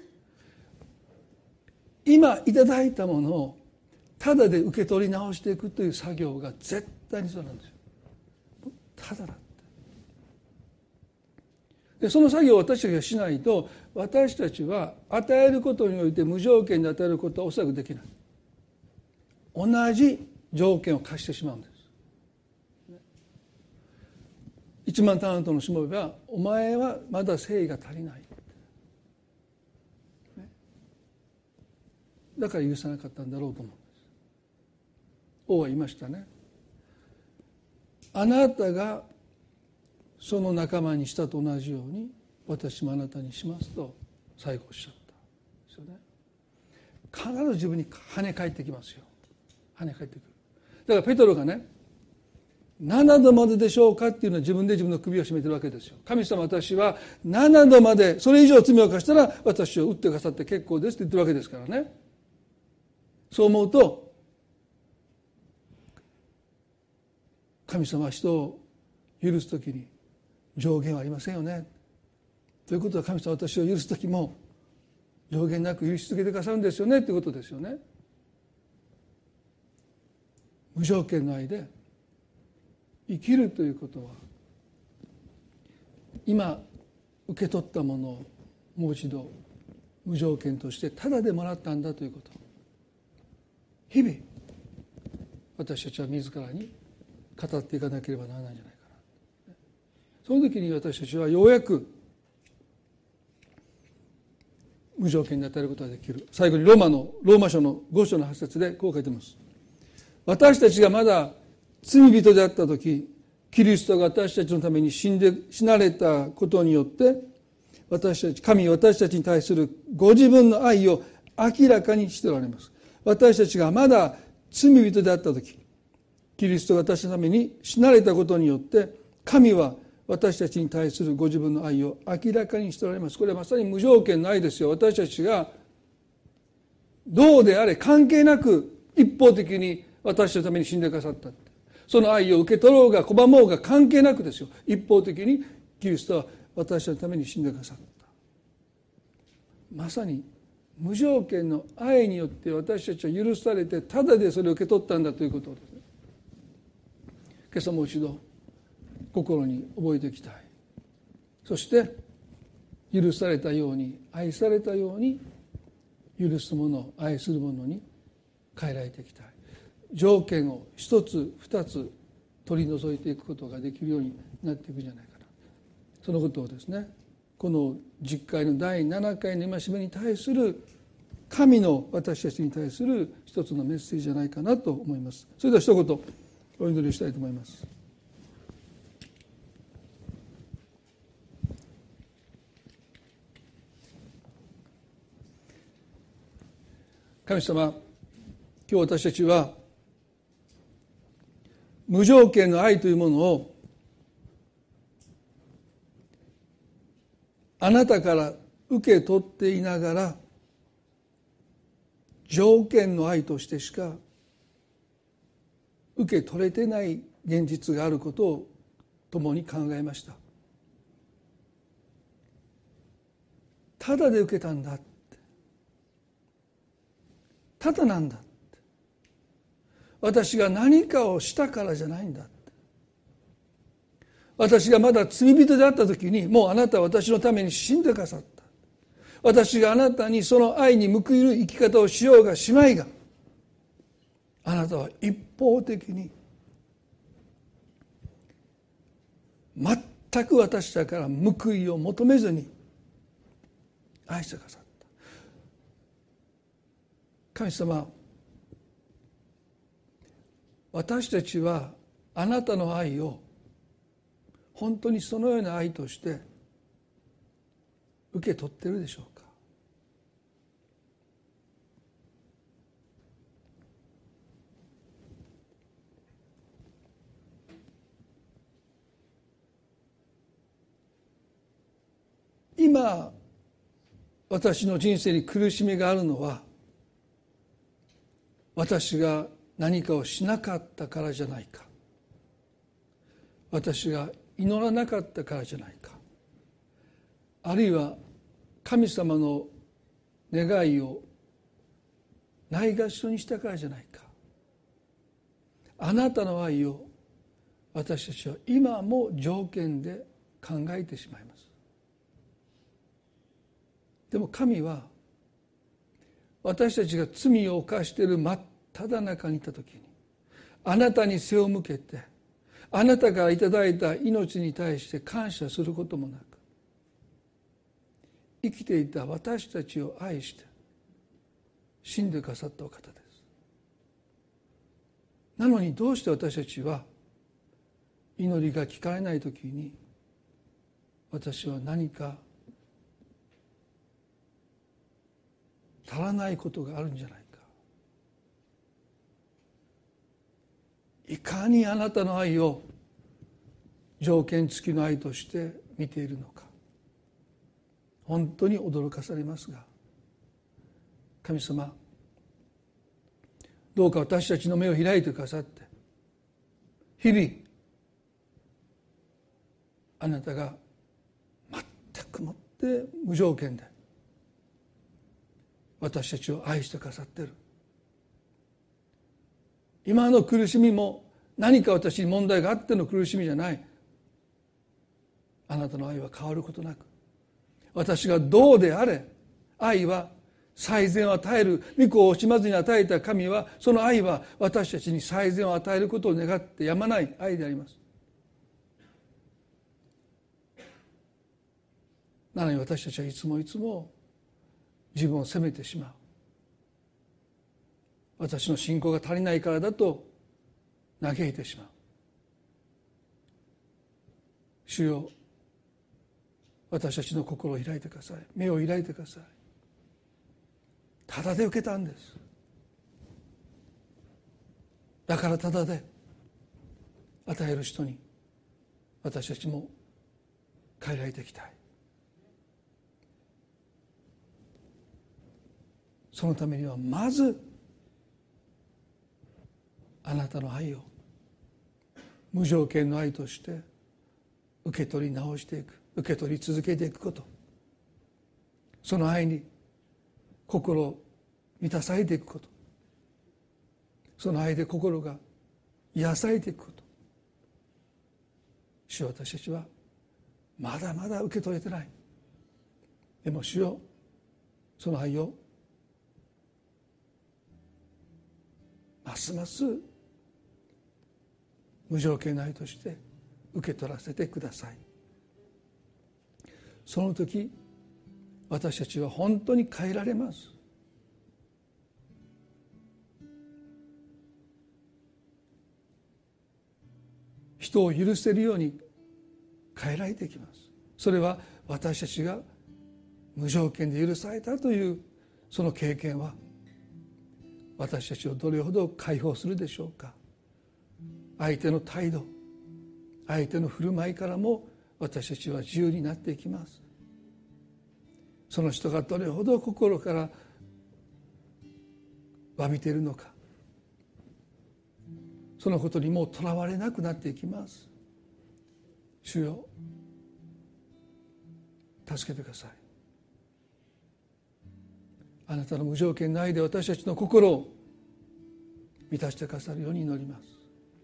A: 今いただいたものをただで受け取り直していくという作業が絶対にそうなんですよ。ただだって。でその作業を私たちがしないと、私たちは与えることにおいて無条件で与えることはおそらくできない。同じ条件を課してしまうんです。一万タラントのしもべは、お前はまだ誠意が足りない、だから許さなかったんだろうと思うんです。王は言いましたね。あなたがその仲間にしたと同じように私もあなたにしますと最後おっしゃったですよね。必ず自分に跳ね返ってきますよ。跳ね返ってくる。だからペトロがね、ななどまででしょうかっていうのは自分で自分の首を絞めてるわけですよ。神様、私はななどまで、それ以上罪を犯したら私を打ってくださって結構ですって言ってるわけですからね。そう思うと、神様は人を許すときに上限はありませんよね。ということは、神様は私を許すときも上限なく許し続けてくださるんですよねということですよね。無条件の愛で生きるということは、今受け取ったものをもう一度無条件としてタダでもらったんだということ、日々私たちは自らに語っていかなければならないんじゃないかな。その時に私たちはようやく無条件に与えることができる。最後にローマのローマ書のご章のはち節でこう書いています。私たちがまだ罪人であった時、キリストが私たちのために死んで死なれたことによって、私たち神私たちに対するご自分の愛を明らかにしておられます。私たちがまだ罪人であった時、キリストが私のために死なれたことによって、神は私たちに対するご自分の愛を明らかにしておられます。これはまさに無条件の愛ですよ。私たちがどうであれ関係なく一方的に私のために死んでくださった。その愛を受け取ろうが拒もうが関係なくですよ。一方的にキリストは私のために死んでくださった。まさに無条件の愛によって私たちは許されて、ただでそれを受け取ったんだということですね。今朝もう一度心に覚えておきたい。そして許されたように、愛されたように許す者、愛する者に変えられていきたい。条件を一つ二つ取り除いていくことができるようになっていくんじゃないかな。そのことをですね、この実会のだいななかいの戒めに対する神の私たちに対する一つのメッセージじゃないかなと思います。それでは一言お祈りしたいと思います。神様、今日私たちは無条件の愛というものをあなたから受け取っていながら、条件の愛としてしか受け取れてない現実があることを共に考えました。ただで受けたんだって、ただなんだって、私が何かをしたからじゃないんだって、私がまだ罪人であった時にもうあなたは私のために死んでくださった。私があなたにその愛に報いる生き方をしようがしまいが、あなたは一方的に全く私だから報いを求めずに愛してくださった。 神様、私たちはあなたの愛を本当にそのような愛として受け取っているでしょうか。今私の人生に苦しみがあるのは、私が何かをしなかったからじゃないか、私が祈らなかったからじゃないか、あるいは神様の願いをないがしろにしたからじゃないか。あなたの愛を私たちは今も条件で考えてしまいます。でも神は私たちが罪を犯している真っただ中にいたときに、あなたに背を向けてあなたからいただいた命に対して感謝することもなく、生きていた私たちを愛して死んでくださったお方です。なのにどうして私たちは祈りが聞かれないときに、私は何か足らないことがあるんじゃないか、いかにあなたの愛を条件付きの愛として見ているのか、本当に驚かされますが、神様、どうか私たちの目を開いてくださって、日々あなたが全くもって無条件で私たちを愛してくださっている。今の苦しみも何か私に問題があっての苦しみじゃない。あなたの愛は変わることなく、私がどうであれ、愛は最善を与える。御子を惜しまずに与えた神は、その愛は私たちに最善を与えることを願ってやまない愛であります。なのに私たちはいつもいつも自分を責めてしまう。私の信仰が足りないからだと嘆いてしまう。主よ、私たちの心を開いてください。目を開いてください。ただで受けたんです。だからただで与える人に私たちも変えられていきたい。そのためにはまずあなたの愛を無条件の愛として受け取り直していく、受け取り続けていくこと、その愛に心を満たされていくこと、その愛で心が癒されていくこと。主よ、私たちはまだまだ受け取れてない。でも主よ、その愛をますます無条件の愛として受け取らせてください。その時私たちは本当に変えられます。人を許せるように変えられていきます。それは私たちが無条件で許されたというその経験は私たちをどれほど解放するでしょうか。相手の態度、相手の振る舞いからも私たちは自由になっていきます。その人がどれほど心から詫びているのか、そのことにもうとらわれなくなっていきます。主よ、助けてください。あなたの無条件の愛で私たちの心を満たしてくださるように祈ります。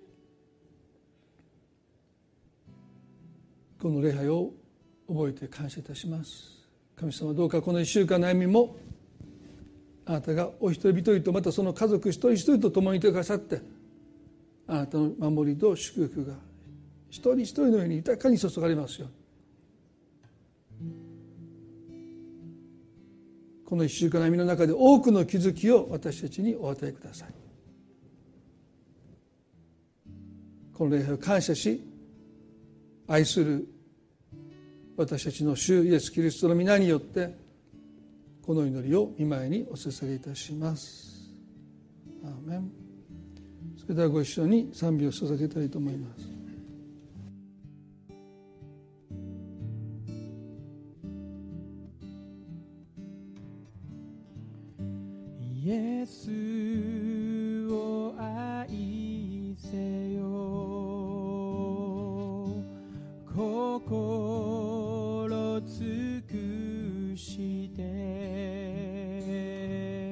A: この礼拝を覚えて感謝いたします。神様、どうかこの一週間の歩みもあなたがお一人一人とまたその家族一人一人と共にいてくださって、あなたの守りと祝福が一人一人の上に豊かに注がれますように、 この一週間の歩みの中で多くの気づきを私たちにお与えください。この礼拝を感謝し、愛する私たちの主イエスキリストの皆によってこの祈りを御前にお捧げいたします。アーメン。それではご一緒に賛美を捧げたいと思います。
B: イエスを愛せよ、心尽くして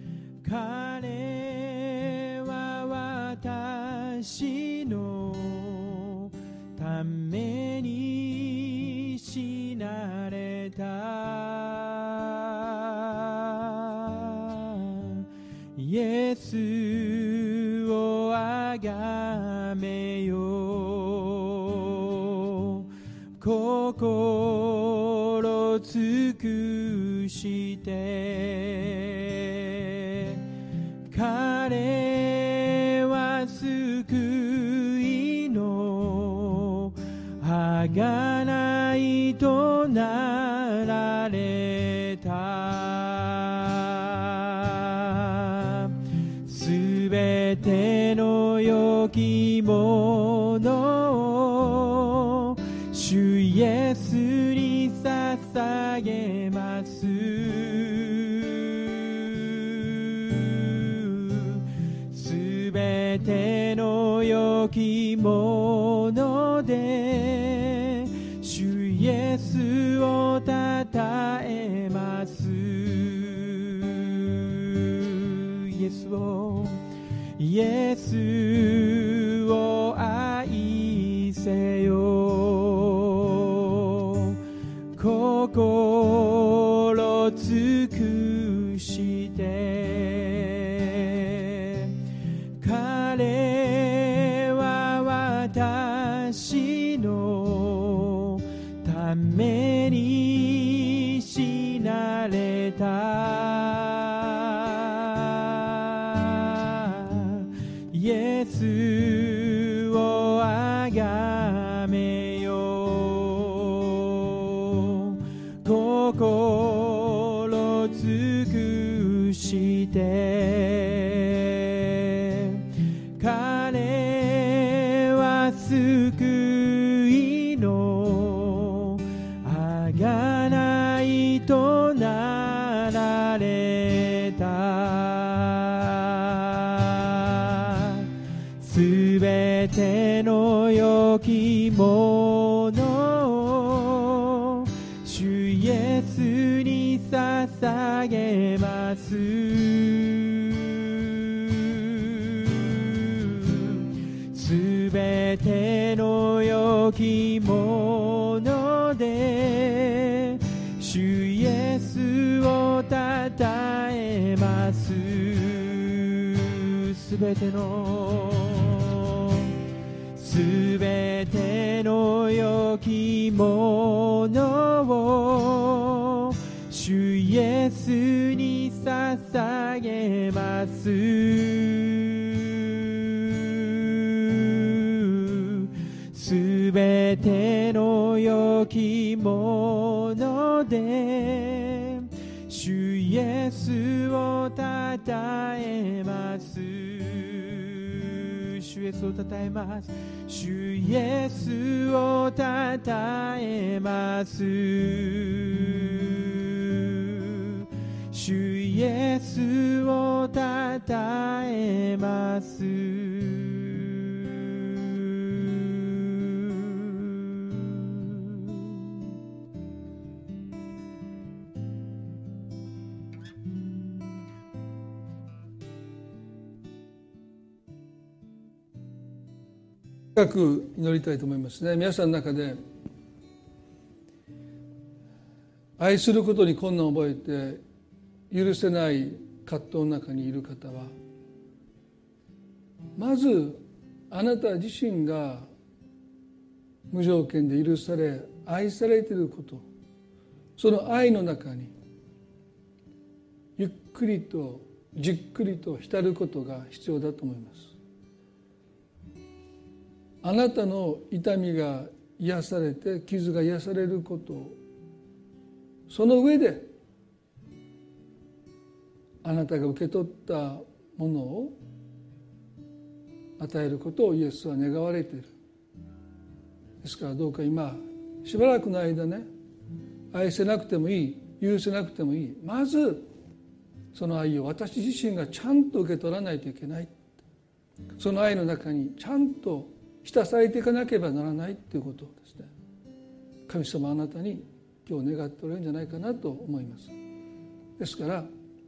B: 彼は私のために死なれた。イエスをあがめよ、心尽くして彼は救いの贖いとなられた。すべての良きものを主イエスに捧げます。すべての良きもので主イエスをたたえます。イエスをイエスを愛せよ、心尽くして彼は私のために死なれた。イエスをあがめよ、心尽くして彼は救いの贖いとなられた。すべての良きものを主イエスに捧げます。すべての良きもので主イエスをたたえます。すべてのすべての良きものを主イエスに捧げます。すべての良きもので主イエスをたたえます。主イエスをたたえます。主イエスをたたえます。主イエスをたたえます。
A: 深く祈りたいと思いますね。皆さんの中で愛することに困難を覚えて許せない葛藤の中にいる方は、まずあなた自身が無条件で許され愛されていること、その愛の中にゆっくりとじっくりと浸ることが必要だと思います。あなたの痛みが癒されて傷が癒されることを、その上であなたが受け取ったものを与えることをイエスは願われている。ですからどうか今しばらくの間ね、愛せなくてもいい、許せなくてもいい、まずその愛を私自身がちゃんと受け取らないといけない。その愛の中にちゃんと浸されていかなければならないということをですね、神様あなたに今日願っておられるんじゃないかなと思います。ですから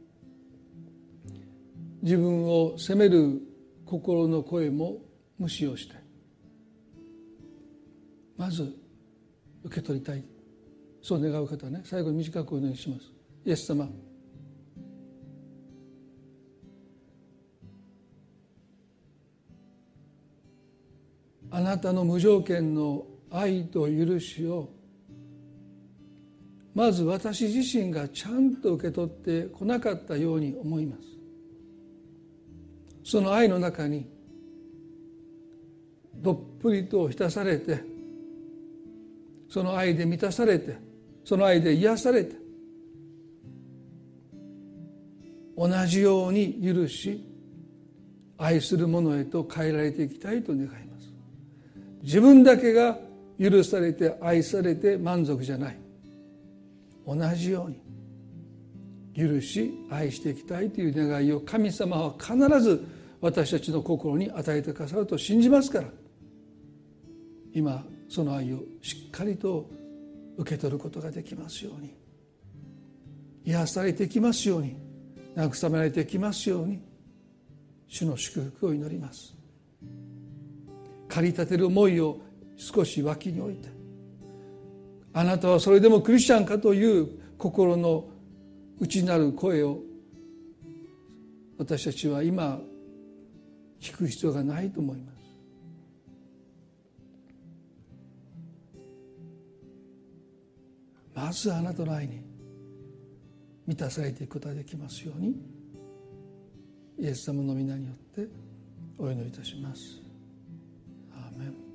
A: 自分を責める心の声も無視をして、まず受け取りたい、そう願う方はね、最後に短くお願いします。イエス様、あなたの無条件の愛と許しをまず私自身がちゃんと受け取ってこなかったように思います。その愛の中にどっぷりと浸されて、その愛で満たされて、その愛で癒されて、同じように許し愛する者へと変えられていきたいと願います。自分だけが許されて愛されて満足じゃない、同じように許し愛していきたいという願いを神様は必ず私たちの心に与えてくださると信じますから、今その愛をしっかりと受け取ることができますように、癒されてきますように、慰められてきますように、主の祝福を祈ります。駆り立てる思いを少し脇に置いて、あなたはそれでもクリスチャンかという心の内なる声を私たちは今聞く必要がないと思います。まずあなたの愛に満たされていくことができますように、イエス様の皆によってお祈りいたします。アーメン。